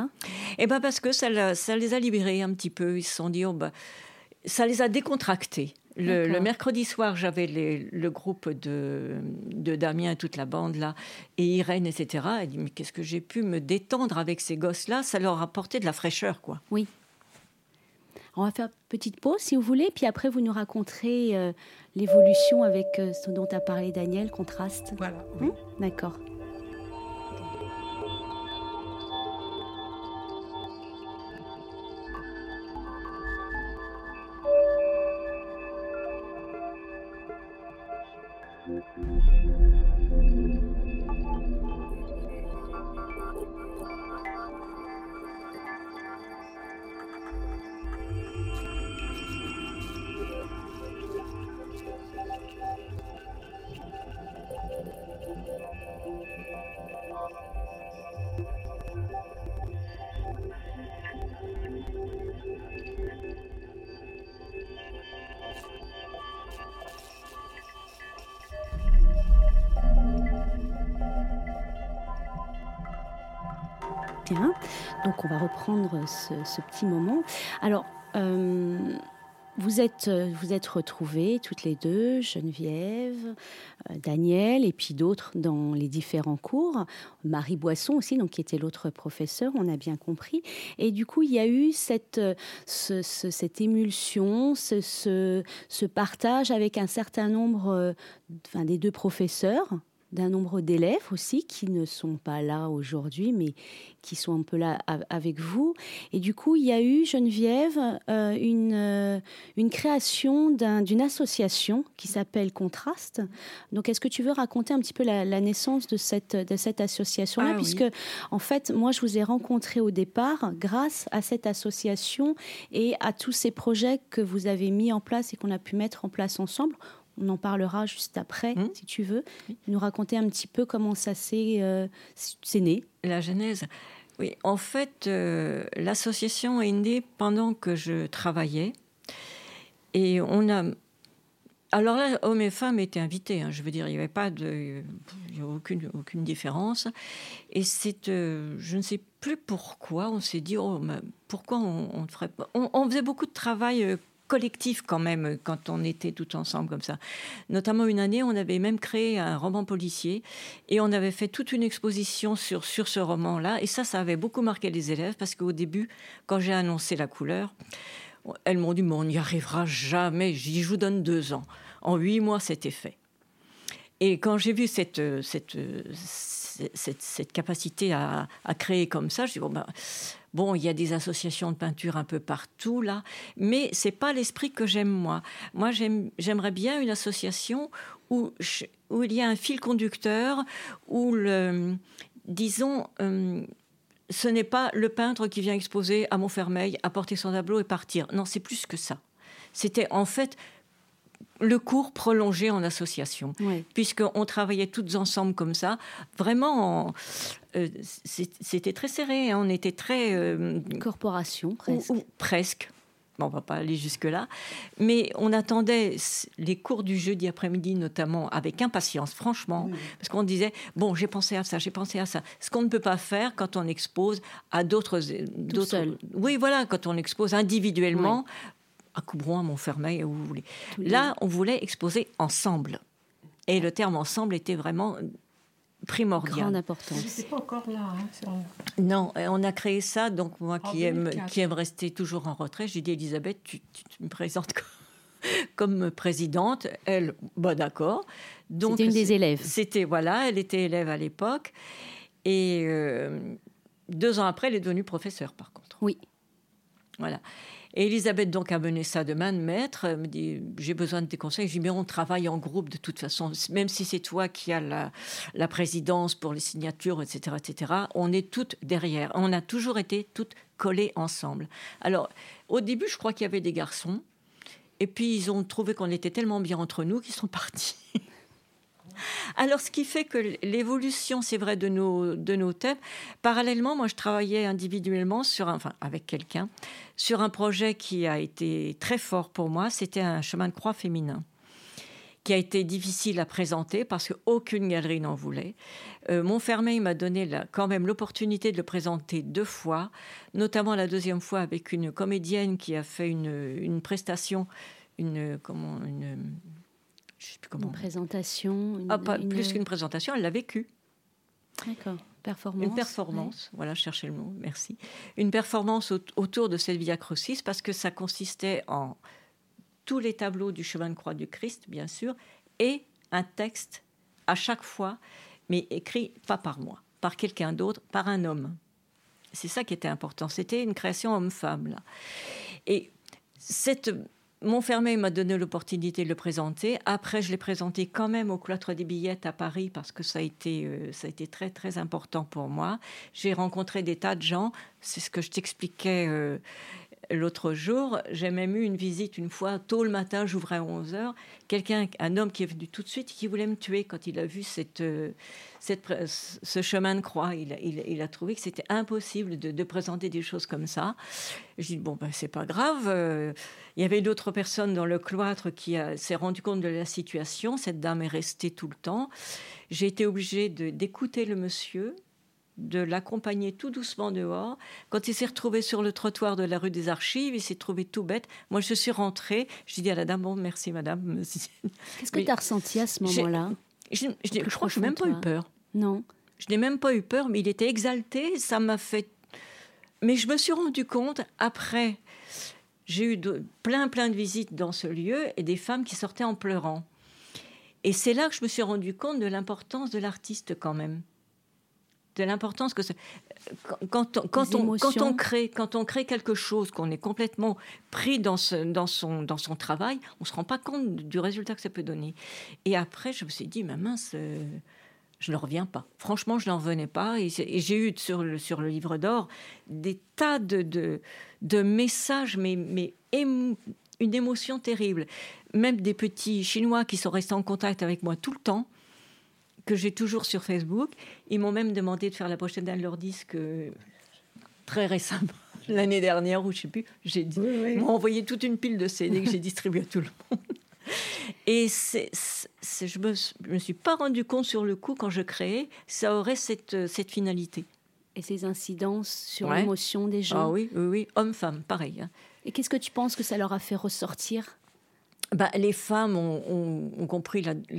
S4: Parce que ça les a libérés un petit peu. Ils se sont dit, ça les a décontractés. Le mercredi soir, j'avais le groupe de Damien et toute la bande là, et Irène, etc. Elle dit, mais qu'est-ce que j'ai pu me détendre avec ces gosses-là ? Ça leur a apporté de la fraîcheur, quoi.
S2: Oui. On va faire une petite pause, si vous voulez, puis après, vous nous raconterez l'évolution avec ce dont a parlé Daniel, contraste.
S3: Voilà. Oui.
S2: D'accord. Bien. Donc, on va reprendre ce petit moment. Alors, vous êtes retrouvées toutes les deux, Geneviève, Daniel, et puis d'autres dans les différents cours. Marie Boisson aussi, donc, qui était l'autre professeur, on a bien compris. Et du coup, il y a eu cette émulsion, ce partage avec un certain nombre des deux professeurs, d'un nombre d'élèves aussi qui ne sont pas là aujourd'hui, mais qui sont un peu là avec vous. Et du coup, il y a eu, Geneviève, une création d'une association qui s'appelle Contraste. Donc, est-ce que tu veux raconter un petit peu la naissance de cette association-là ? Puisque, en fait, moi, je vous ai rencontré au départ grâce à cette association et à tous ces projets que vous avez mis en place et qu'on a pu mettre en place ensemble. On en parlera juste après, si tu veux. Nous raconter un petit peu comment ça c'est né.
S4: La genèse. Oui, en fait, l'association est née pendant que je travaillais. Et on a... Alors là, hommes et femmes étaient invités. Hein, je veux dire, il n'y avait pas aucune différence. Et je ne sais plus pourquoi, on s'est dit, pourquoi on ne ferait pas... On faisait beaucoup de travail collectif quand même, quand on était tout ensemble comme ça. Notamment une année, on avait même créé un roman policier et on avait fait toute une exposition sur ce roman-là. Et ça avait beaucoup marqué les élèves parce qu'au début, quand j'ai annoncé la couleur, elles m'ont dit, mais on n'y arrivera jamais. J'ai dit, je vous donne 2 ans. En 8 mois, c'était fait. Et quand j'ai vu cette capacité à créer comme ça, je dis, bon, il y a des associations de peinture un peu partout, là, mais ce n'est pas l'esprit que j'aime, moi. Moi, j'aimerais bien une association où il y a un fil conducteur, où, disons, ce n'est pas le peintre qui vient exposer à Montfermeil, apporter son tableau et partir. Non, c'est plus que ça. C'était, en fait, le cours prolongé en association, puisqu'on travaillait toutes ensemble comme ça. Vraiment, c'était très serré. Hein, on était très...
S2: corporation, presque.
S4: Ou presque. Bon, on ne va pas aller jusque-là. Mais on attendait les cours du jeudi après-midi, notamment, avec impatience, franchement. Parce qu'on disait, bon, j'ai pensé à ça. Ce qu'on ne peut pas faire quand on expose à d'autres...
S2: seul.
S4: Oui, voilà, quand on expose individuellement... à Coubron, à Montfermeil, où vous voulez. Là, on voulait exposer ensemble. Et le terme ensemble était vraiment primordial.
S2: Grande importance.
S3: C'est pas encore là. Hein,
S4: non, on a créé ça. Donc, moi qui aime rester toujours en retrait, j'ai dit, Elisabeth, tu me présentes comme présidente. Elle, d'accord. Donc,
S2: c'était une des élèves.
S4: Elle était élève à l'époque. Et 2 ans après, elle est devenue professeure, par contre.
S2: Oui.
S4: Voilà. Et Elisabeth donc a mené ça de main de maître. Elle me dit, j'ai besoin de tes conseils. Je dis, mais on travaille en groupe de toute façon. Même si c'est toi qui as la présidence pour les signatures, etc., on est toutes derrière. On a toujours été toutes collées ensemble. Alors, au début, je crois qu'il y avait des garçons. Et puis, ils ont trouvé qu'on était tellement bien entre nous qu'ils sont partis. Alors, ce qui fait que l'évolution, c'est vrai, de nos thèmes. Parallèlement, moi, je travaillais individuellement avec quelqu'un, sur un projet qui a été très fort pour moi. C'était un chemin de croix féminin, qui a été difficile à présenter parce qu'aucune galerie n'en voulait. Montfermeil m'a donné quand même l'opportunité de le présenter 2 fois, notamment la 2e fois avec une comédienne qui a fait une prestation, je sais plus comment.
S2: Une présentation.
S4: Plus qu'une présentation, elle l'a vécue.
S2: D'accord. Performance.
S4: Une performance, voilà, cherchez le mot, merci. Une performance autour de cette Via Crucis, parce que ça consistait en tous les tableaux du chemin de croix du Christ, bien sûr, et un texte à chaque fois, mais écrit pas par moi, par quelqu'un d'autre, par un homme. C'est ça qui était important. C'était une création homme-femme, là. Et Montfermeil m'a donné l'opportunité de le présenter. Après, je l'ai présenté quand même au Cloître des Billettes à Paris parce que ça a été très, très important pour moi. J'ai rencontré des tas de gens. C'est ce que je t'expliquais l'autre jour. J'ai même eu une visite une fois, tôt le matin, j'ouvrais à 11h. Un homme qui est venu tout de suite, qui voulait me tuer quand il a vu ce chemin de croix. Il a trouvé que c'était impossible de présenter des choses comme ça. Je dis, c'est pas grave. Il y avait d'autres personnes dans le cloître qui s'est rendu compte de la situation. Cette dame est restée tout le temps. J'ai été obligée d'écouter le monsieur, de l'accompagner tout doucement dehors. Quand il s'est retrouvé sur le trottoir de la rue des Archives, il s'est trouvé tout bête. Moi, je suis rentrée. Je dis à la dame, merci madame.
S2: Qu'est-ce que tu as ressenti à ce moment-là?
S4: Je crois que je n'ai même pas eu peur.
S2: Non.
S4: Je n'ai même pas eu peur, mais il était exalté. Ça m'a fait... Mais je me suis rendu compte, après, j'ai eu plein de visites dans ce lieu et des femmes qui sortaient en pleurant. Et c'est là que je me suis rendu compte de l'importance de l'artiste quand même. De l'importance que quand on crée quelque chose, qu'on est complètement pris dans son travail, on se rend pas compte du résultat que ça peut donner. Et après, je me suis dit, mais mince, je ne reviens pas. Franchement, je n'en revenais pas. Et j'ai eu sur le livre d'or des tas de messages, mais une émotion terrible. Même des petits Chinois qui sont restés en contact avec moi tout le temps, que j'ai toujours sur Facebook. Ils m'ont même demandé de faire la pochette d'un de leurs disques très récemment, l'année dernière, ou je ne sais plus. Ils m'ont envoyé toute une pile de CD que j'ai distribué à tout le monde. Et je me suis pas rendu compte sur le coup, quand je créais, ça aurait cette finalité.
S2: Et ces incidences sur l'émotion des gens.
S4: Ah oui. Hommes-femmes, pareil. Hein.
S2: Et qu'est-ce que tu penses que ça leur a fait ressortir ?
S4: Les femmes ont compris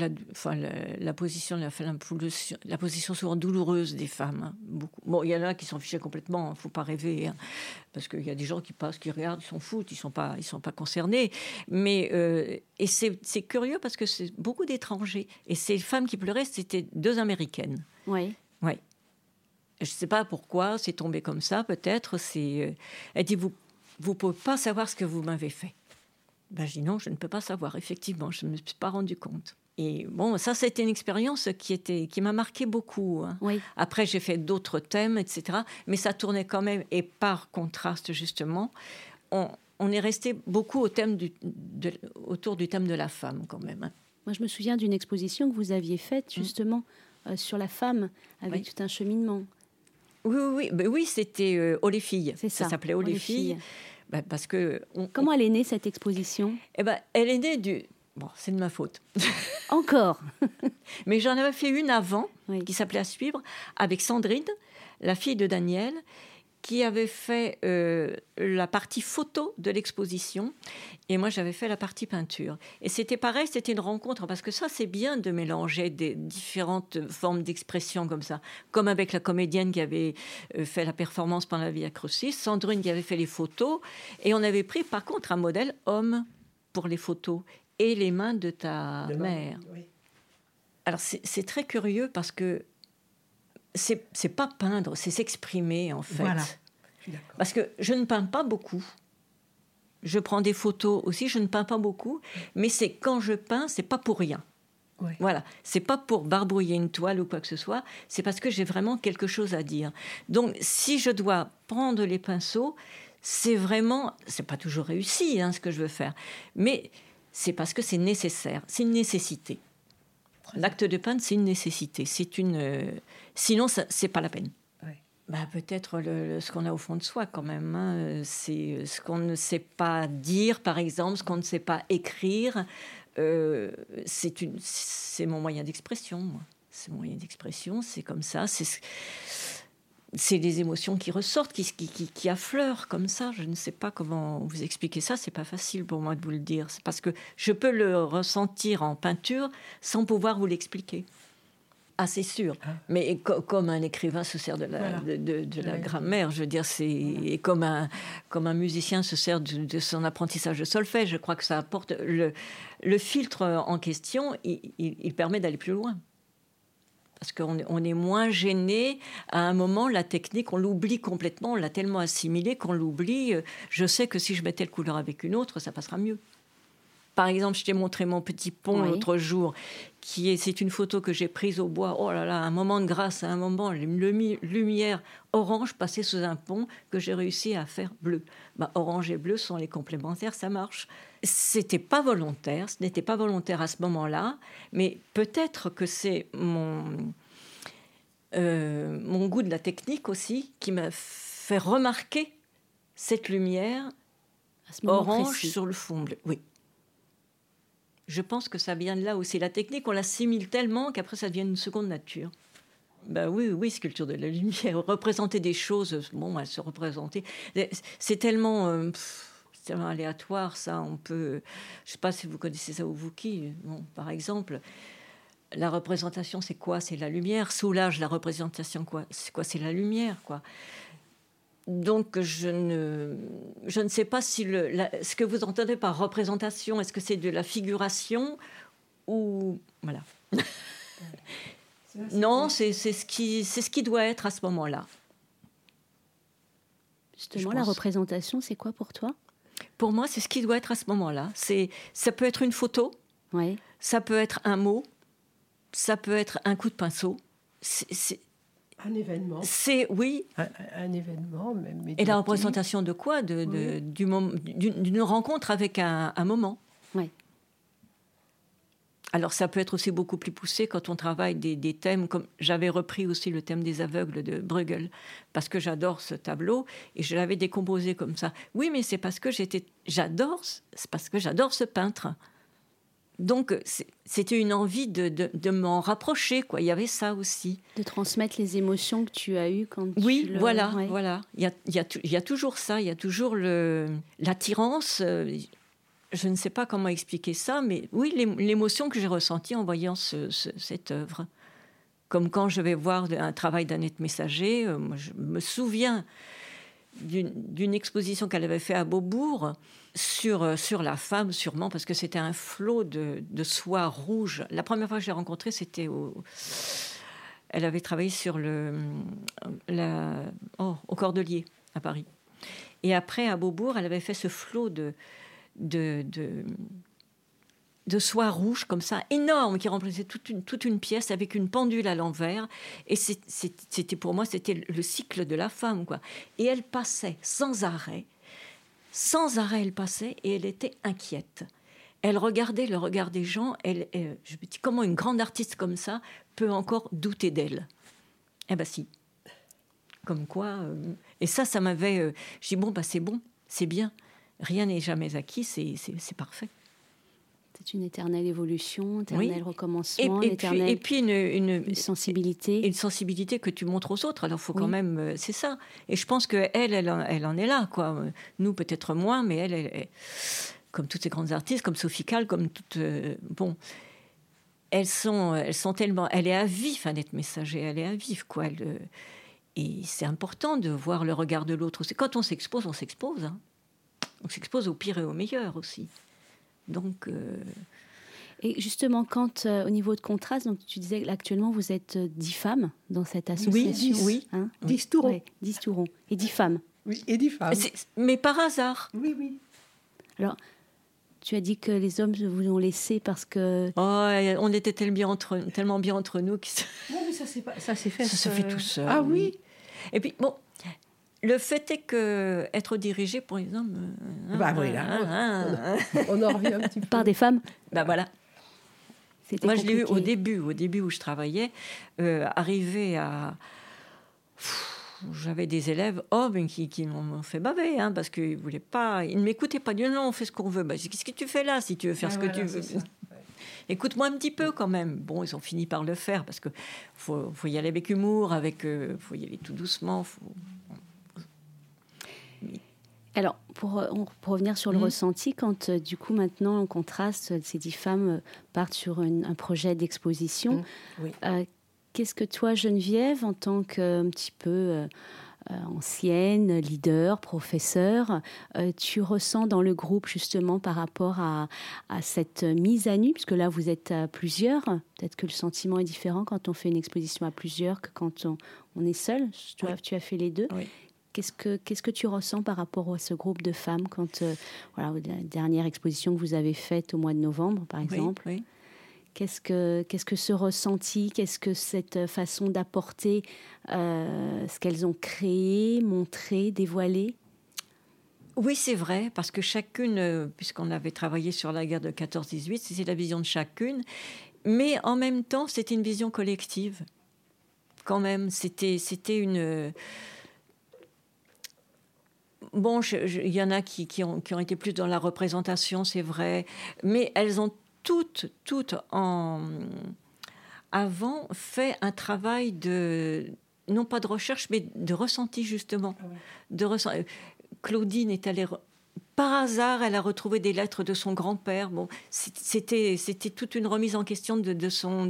S4: la position souvent douloureuse des femmes. Hein, beaucoup. Bon, il y en a qui s'en fichaient complètement, il ne faut pas rêver, hein, parce qu'il y a des gens qui passent, qui regardent, ils s'en foutent, ils sont pas concernés. Mais et c'est curieux parce que c'est beaucoup d'étrangers. Et ces femmes qui pleuraient, c'était 2 Américaines.
S2: Oui.
S4: Ouais. Je ne sais pas pourquoi, c'est tombé comme ça, peut-être. Elle dit, vous ne pouvez pas savoir ce que vous m'avez fait. Je dis non, je ne peux pas savoir. Effectivement, je ne me suis pas rendu compte. Et bon, ça, c'était une expérience qui m'a marqué beaucoup. Hein. Oui. Après, j'ai fait d'autres thèmes, etc. Mais ça tournait quand même. Et par contraste, justement, on est resté beaucoup autour du thème de la femme, quand même. Hein.
S2: Moi, je me souviens d'une exposition que vous aviez faite, justement, sur la femme, avec tout un cheminement.
S4: Oui, c'était Oh les filles.
S2: C'est ça.
S4: Ça s'appelait Oh les filles. Parce que
S2: comment elle est née, cette exposition ?
S4: Elle est née Bon, c'est de ma faute.
S2: Encore.
S4: Mais j'en avais fait une avant, qui s'appelait À suivre, avec Sandrine, la fille de Daniel, qui avait fait la partie photo de l'exposition. Et moi, j'avais fait la partie peinture. Et c'était pareil, c'était une rencontre, parce que ça, c'est bien de mélanger des différentes formes d'expression comme ça. Comme avec la comédienne qui avait fait la performance pendant la Via Crucis, Sandrine qui avait fait les photos. Et on avait pris, par contre, un modèle homme pour les photos et les mains de ta mère. Oui. Alors, c'est très curieux parce que c'est pas peindre, c'est s'exprimer, en fait. Voilà. Parce que je ne peins pas beaucoup. Je prends des photos aussi, je ne peins pas beaucoup. Mais c'est quand je peins, c'est pas pour rien. Oui. Voilà. C'est pas pour barbouiller une toile ou quoi que ce soit. C'est parce que j'ai vraiment quelque chose à dire. Donc, si je dois prendre les pinceaux, c'est vraiment, c'est pas toujours réussi ce que je veux faire, mais c'est parce que c'est nécessaire, c'est une nécessité. L'acte de peindre, c'est une nécessité, sinon c'est pas la peine. Peut-être ce qu'on a au fond de soi quand même, c'est ce qu'on ne sait pas dire, par exemple, ce qu'on ne sait pas écrire, c'est mon moyen d'expression, moi. C'est mon moyen d'expression, c'est comme ça, c'est les émotions qui ressortent, qui affleurent comme ça. Je ne sais pas comment vous expliquer ça, c'est pas facile pour moi de vous le dire. C'est parce que je peux le ressentir en peinture sans pouvoir vous l'expliquer. Ah, c'est sûr. Mais comme un écrivain se sert de la grammaire, je veux dire, c'est comme un musicien se sert de son apprentissage de solfège. Je crois que ça apporte le filtre en question, il permet d'aller plus loin. Parce qu'on est moins gêné. À un moment, la technique, on l'oublie complètement. On l'a tellement assimilée qu'on l'oublie. Je sais que si je mets telle couleur avec une autre, ça passera mieux. Par exemple, je t'ai montré mon petit pont l'autre jour. C'est une photo que j'ai prise au bois. Oh là là, un moment de grâce, à un moment, une lumière orange passée sous un pont que j'ai réussi à faire bleu. Orange et bleu sont les complémentaires, ça marche. C'était pas volontaire, ce n'était pas volontaire à ce moment-là, mais peut-être que c'est mon goût de la technique aussi qui m'a fait remarquer cette lumière orange précis. Sur le fond bleu. Oui. Je pense que ça vient de là aussi. La technique, on l'assimile tellement qu'après, ça devient une seconde nature. Oui, sculpture de la lumière. Représenter des choses, elle se représenter. C'est tellement aléatoire, ça. On peut... Je ne sais pas si vous connaissez ça au Wookie. Par exemple, la représentation, c'est quoi? C'est la lumière. Soulage, la représentation, quoi? C'est quoi? C'est la lumière, quoi. Donc, je ne sais pas si ce que vous entendez par représentation, est-ce que c'est de la figuration ou... Voilà. Non, c'est ce qui doit être à ce moment-là.
S2: Justement, la représentation, c'est quoi pour toi?
S4: Pour moi, c'est ce qui doit être à ce moment-là. Ça peut être une photo, ça peut être un mot, ça peut être un coup de pinceau.
S3: Un événement.
S4: Oui.
S3: Un événement, même médiatique.
S4: Et la représentation de quoi? D'une rencontre avec un moment.
S2: Oui.
S4: Alors, ça peut être aussi beaucoup plus poussé quand on travaille des thèmes, comme j'avais repris aussi le thème des aveugles de Bruegel, parce que j'adore ce tableau, et je l'avais décomposé comme ça. Oui, mais c'est parce que j'adore ce peintre. Donc, c'était une envie de m'en rapprocher, quoi. Il y avait ça aussi.
S2: De transmettre les émotions que tu as eues quand
S4: oui, voilà. Il y a toujours ça, il y a toujours l'attirance. Je ne sais pas comment expliquer ça, mais oui, l'émotion que j'ai ressentie en voyant cette œuvre. Comme quand je vais voir un travail d'Annette Messager, je me souviens d'une exposition qu'elle avait fait à Beaubourg sur la femme, sûrement, parce que c'était un flot de soie rouge. La première fois que je l'ai rencontrée, c'était elle avait travaillé sur au Cordelier, à Paris. Et après, à Beaubourg, elle avait fait ce flot de soie rouge, comme ça, énorme, qui remplaçait toute une pièce avec une pendule à l'envers. Et c'était pour moi, c'était le cycle de la femme, quoi. Et elle passait sans arrêt elle passait, et elle était inquiète. Elle regardait le regard des gens. Je me dis, comment une grande artiste comme ça peut encore douter d'elle? Eh ben si. Comme quoi... Et ça m'avait... je dis, c'est bon, c'est bien. Rien n'est jamais acquis, c'est parfait.
S2: C'est une éternelle évolution, éternel recommencement,
S4: et puis
S2: une sensibilité.
S4: Et une sensibilité que tu montres aux autres. Alors, il faut quand même... c'est ça. Et je pense qu'elle en est là, quoi. Nous, peut-être moins, mais elle comme toutes ces grandes artistes, comme Sophie Calle, comme toutes... elles sont tellement... Elle est à vif, Annette Messager. Elle est à vif, quoi. Et c'est important de voir le regard de l'autre. Quand on s'expose, on s'expose. Hein. On s'expose au pire et au meilleur aussi. Donc...
S2: Et justement, quand au niveau de contraste, donc tu disais actuellement vous êtes 10 femmes dans cette association.
S4: Oui.
S2: Hein
S3: 10 tourons.
S2: Ouais, 10 tourons. Et 10 femmes.
S3: Oui, et 10 femmes.
S4: Mais par hasard.
S3: Oui.
S2: Alors, tu as dit que les hommes vous ont laissé parce que...
S4: Oh, on était tellement bien entre nous.
S3: Non, mais ça s'est fait.
S4: Ça se fait tout seul.
S3: Ah oui.
S4: Et puis, Le fait est que être dirigé, par exemple...
S3: on en revient un petit peu.
S2: Par des femmes.
S4: Voilà.
S2: C'était
S4: Moi,
S2: compliqué.
S4: je l'ai eu au début où je travaillais, arrivé à... J'avais des élèves hommes qui m'ont fait baver, parce qu'ils voulaient pas, ils ne m'écoutaient pas. Ils disaient non, on fait ce qu'on veut. Qu'est-ce que tu fais là si tu veux faire ce que tu veux? Écoute-moi un petit peu quand même. Bon, ils ont fini par le faire parce que faut y aller avec humour, faut y aller tout doucement.
S2: Alors, pour revenir sur le ressenti, quand du coup maintenant on contraste, ces 10 femmes partent sur un projet d'exposition, qu'est-ce que toi, Geneviève, en tant qu'un petit peu ancienne, leader, professeur, tu ressens dans le groupe justement par rapport à cette mise à nu, puisque là vous êtes à plusieurs, peut-être que le sentiment est différent quand on fait une exposition à plusieurs que quand on est seul. Tu as fait les deux.
S4: Oui.
S2: Qu'est-ce que tu ressens par rapport à ce groupe de femmes quand, la dernière exposition que vous avez faite au mois de novembre, par exemple?
S4: Oui.
S2: Qu'est-ce que ce ressenti, qu'est-ce que cette façon d'apporter ce qu'elles ont créé, montré, dévoilé?
S4: Oui, c'est vrai, parce que chacune, puisqu'on avait travaillé sur la guerre de 14-18, c'est la vision de chacune, mais en même temps, c'était une vision collective. Quand même, c'était une... Bon, il y en a qui ont été plus dans la représentation, c'est vrai, mais elles ont toutes avant fait un travail non pas de recherche, mais de ressenti, justement. Claudine est allée... Par hasard, elle a retrouvé des lettres de son grand-père. Bon, c'était toute une remise en question de son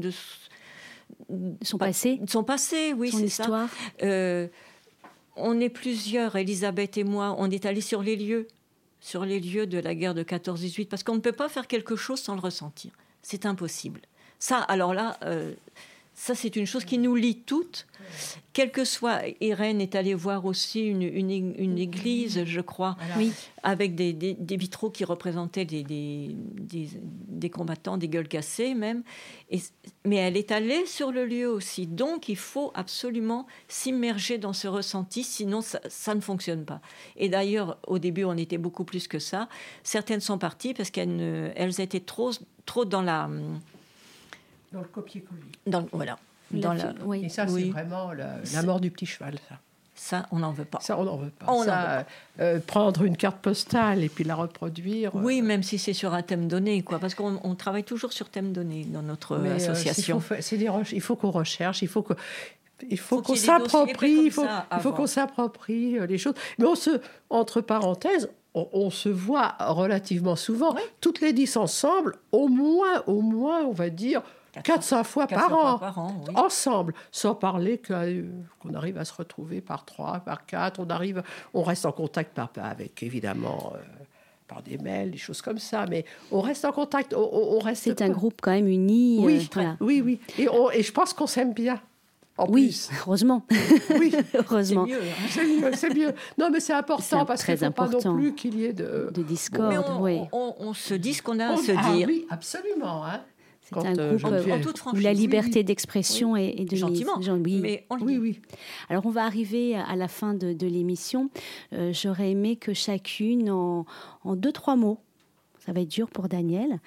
S2: passé.
S4: De son passé, oui,
S2: son
S4: c'est
S2: histoire.
S4: Ça. On est plusieurs, Elisabeth et moi, on est allés sur les lieux de la guerre de 14-18, parce qu'on ne peut pas faire quelque chose sans le ressentir. C'est impossible. Ça, alors là, ça c'est une chose qui nous lie toutes. Quel que soit, Irène est allée voir aussi une église, je crois,
S2: oui,
S4: avec des vitraux qui représentaient des combattants, des gueules cassées même. Mais elle est allée sur le lieu aussi. Donc il faut absolument s'immerger dans ce ressenti, sinon ça ne fonctionne pas. Et d'ailleurs, au début, on était beaucoup plus que ça. Certaines sont parties parce qu'elles étaient trop dans la...
S3: Dans le copier-coller.
S4: Voilà.
S2: Oui.
S3: Et ça, c'est vraiment la mort du petit cheval, ça.
S4: Ça, on n'en veut pas.
S3: Ça, on n'en veut pas. Prendre une carte postale et puis la reproduire.
S4: Oui, même si c'est sur un thème donné, quoi. Parce qu'on travaille toujours sur thème donné dans notre association.
S3: Il faut qu'on recherche, il faut qu'on s'approprie, il faut qu'on s'approprie les choses. Mais entre parenthèses, on se voit relativement souvent, toutes les 10 ensemble, au moins, on va dire, 4-5 fois par an,
S4: oui.
S3: Ensemble, sans parler qu'on arrive à se retrouver par 3, par 4, on reste en contact avec, évidemment, par des mails, des choses comme ça, mais on reste en contact, on reste...
S2: C'est un groupe quand même uni.
S3: Oui,
S2: voilà.
S3: oui. Et je pense qu'on s'aime bien. Plus.
S2: Heureusement.
S3: Oui,
S2: heureusement.
S3: C'est mieux. Non, mais c'est important parce qu'il ne faut pas non plus qu'il y ait de
S2: discorde.
S4: Mais on se dit ce qu'on a à se dire.
S3: Oui, absolument.
S2: C'est un groupe
S4: en toute franchise,
S2: où la liberté d'expression est de
S4: gentiment.
S2: Oui.
S4: Mais
S3: oui.
S2: Alors, on va arriver à la fin de l'émission. J'aurais aimé que chacune, en 2-3 mots, ça va être dur pour Daniel,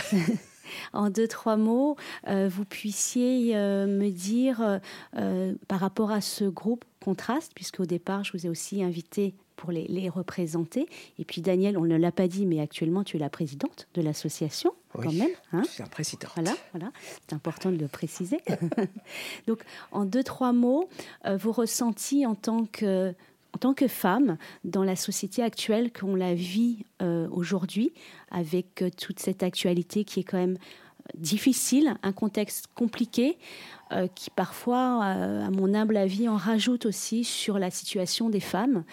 S2: en 2-3 mots, vous puissiez me dire, par rapport à ce groupe Contraste, puisqu'au départ, je vous ai aussi invité pour les représenter. Et puis Daniel, on ne l'a pas dit, mais actuellement, tu es la présidente de l'association, quand même.
S3: Je suis la présidente.
S2: Voilà, c'est important de le préciser. Donc, en 2-3 mots, vos ressentis en tant que femme dans la société actuelle qu'on la vit aujourd'hui, avec toute cette actualité qui est quand même difficile, un contexte compliqué, qui parfois, à mon humble avis, en rajoute aussi sur la situation des femmes.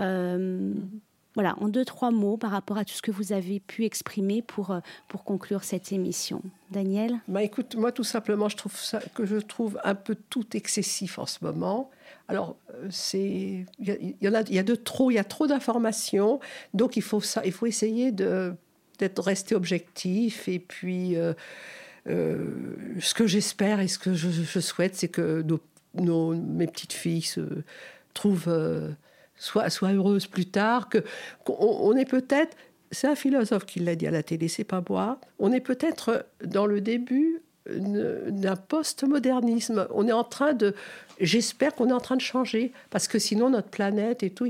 S2: Voilà, en 2-3 mots par rapport à tout ce que vous avez pu exprimer pour conclure cette émission. Daniel ?
S3: Écoute, moi tout simplement, je trouve un peu tout excessif en ce moment. Alors, il y a de trop, il y a trop d'informations, donc il faut essayer rester objectif. Et puis, ce que j'espère et ce que je souhaite, c'est que mes petites filles trouvent sois heureuse plus tard, qu'on est peut-être, c'est un philosophe qui l'a dit à la télé, c'est pas moi, on est peut-être dans le début d'un post-modernisme. On est en train de, j'espère qu'on est en train de changer, parce que sinon notre planète et tout,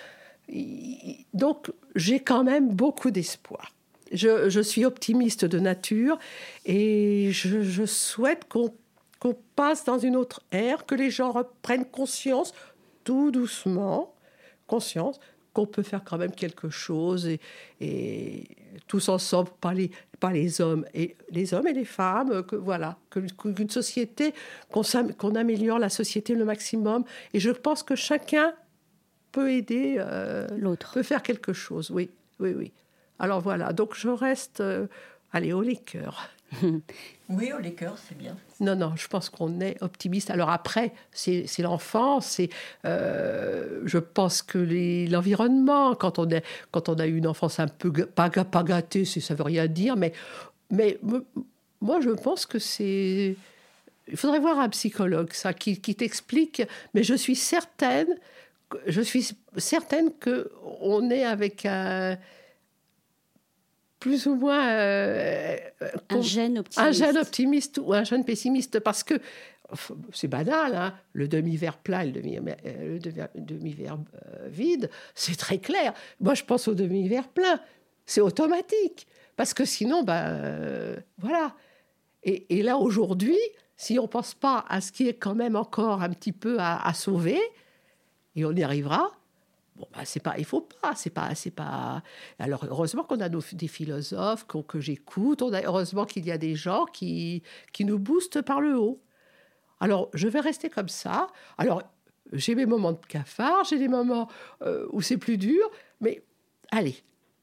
S3: donc j'ai quand même beaucoup d'espoir. Je suis optimiste de nature et je souhaite qu'on passe dans une autre ère, que les gens reprennent conscience, tout doucement, qu'on peut faire quand même quelque chose et tous ensemble, pas les hommes et les femmes, qu'une société, qu'on améliore la société le maximum. Et je pense que chacun peut aider
S2: l'autre,
S3: peut faire quelque chose. Oui. Alors voilà, donc je reste, haut les cœurs.
S4: Oui, haut les cœurs, c'est bien.
S3: Non, je pense qu'on est optimiste. Alors après, c'est l'enfance, je pense que l'environnement, quand on a eu une enfance un peu pas gâtée, ça veut rien dire, mais moi je pense que c'est... Il faudrait voir un psychologue, ça, qui t'explique, mais je suis certaine qu'on est avec plus ou moins
S2: un gène
S3: optimiste ou un gène pessimiste, parce que c'est banal, hein, le demi-verre plein et le demi-verre vide, c'est très clair. Moi, je pense au demi-verre plein, c'est automatique, parce que sinon, voilà. Et là, aujourd'hui, si on ne pense pas à ce qui est quand même encore un petit peu à sauver, et on y arrivera. Il faut pas, c'est pas. Alors heureusement qu'on a des philosophes que j'écoute. Heureusement qu'il y a des gens qui nous boostent par le haut. Alors je vais rester comme ça. Alors j'ai mes moments de cafard, j'ai des moments où c'est plus dur, mais allez.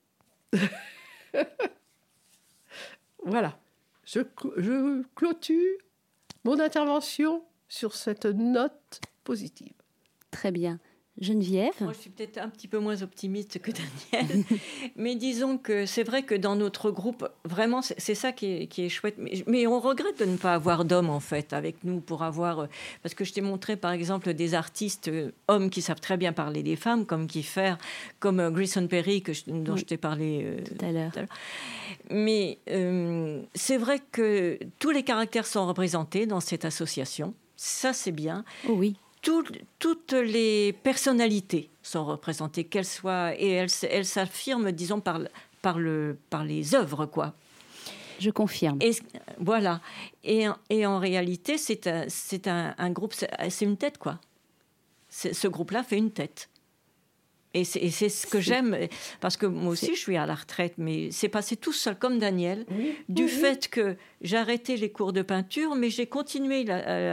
S3: Voilà. Je clôture mon intervention sur cette note positive.
S2: Très bien. Geneviève ?
S4: Moi, je suis peut-être un petit peu moins optimiste que Daniel, mais disons que c'est vrai que dans notre groupe, vraiment, c'est ça qui est chouette. Mais on regrette de ne pas avoir d'hommes, en fait, avec nous, pour avoir... Parce que je t'ai montré, par exemple, des artistes hommes qui savent très bien parler des femmes, comme Kiefer, comme Grayson Perry, dont je t'ai parlé
S2: tout à l'heure.
S4: Mais c'est vrai que tous les caractères sont représentés dans cette association. Ça, c'est bien.
S2: Oh oui.
S4: Toutes les personnalités sont représentées, qu'elles soient, et elles s'affirment, disons, par les œuvres, quoi.
S2: Je confirme.
S4: Et voilà. Et en réalité, c'est un groupe, c'est une tête, quoi. Ce groupe-là fait une tête. Et c'est ce que j'aime, parce que moi aussi, je suis à la retraite, mais c'est passé tout seul, comme Daniel, fait que j'ai arrêté les cours de peinture, mais j'ai continué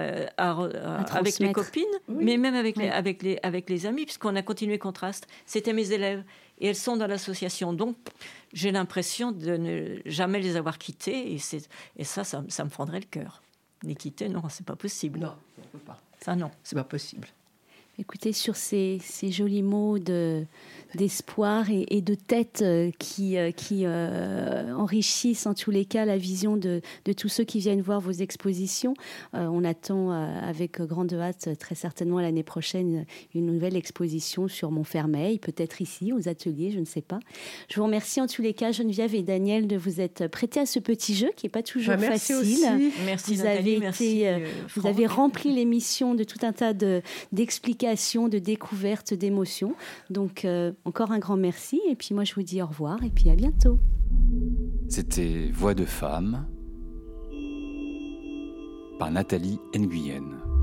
S4: avec les copines, mais même avec les amis, puisqu'on a continué Contraste. C'était mes élèves, et elles sont dans l'association. Donc, j'ai l'impression de ne jamais les avoir quittées, et ça me fendrait le cœur. Les quitter, non, c'est pas possible.
S3: Non, on ne peut pas.
S4: Ça, non.
S3: C'est pas possible.
S2: Écoutez, sur ces jolis mots d'espoir et de tête qui enrichissent en tous les cas la vision de tous ceux qui viennent voir vos expositions. On attend avec grande hâte, très certainement l'année prochaine, une nouvelle exposition sur Montfermeil, peut-être ici, aux ateliers, je ne sais pas. Je vous remercie en tous les cas, Geneviève et Daniel, de vous être prêtés à ce petit jeu qui n'est pas toujours facile.
S3: Aussi.
S4: Merci
S2: vous
S4: Nathalie,
S2: vous avez rempli l'émission de tout un tas d'explications, de découvertes, d'émotions. Donc, encore un grand merci. Et puis moi, je vous dis au revoir et puis à bientôt.
S1: C'était Voix de femme par Nathalie Nguyen.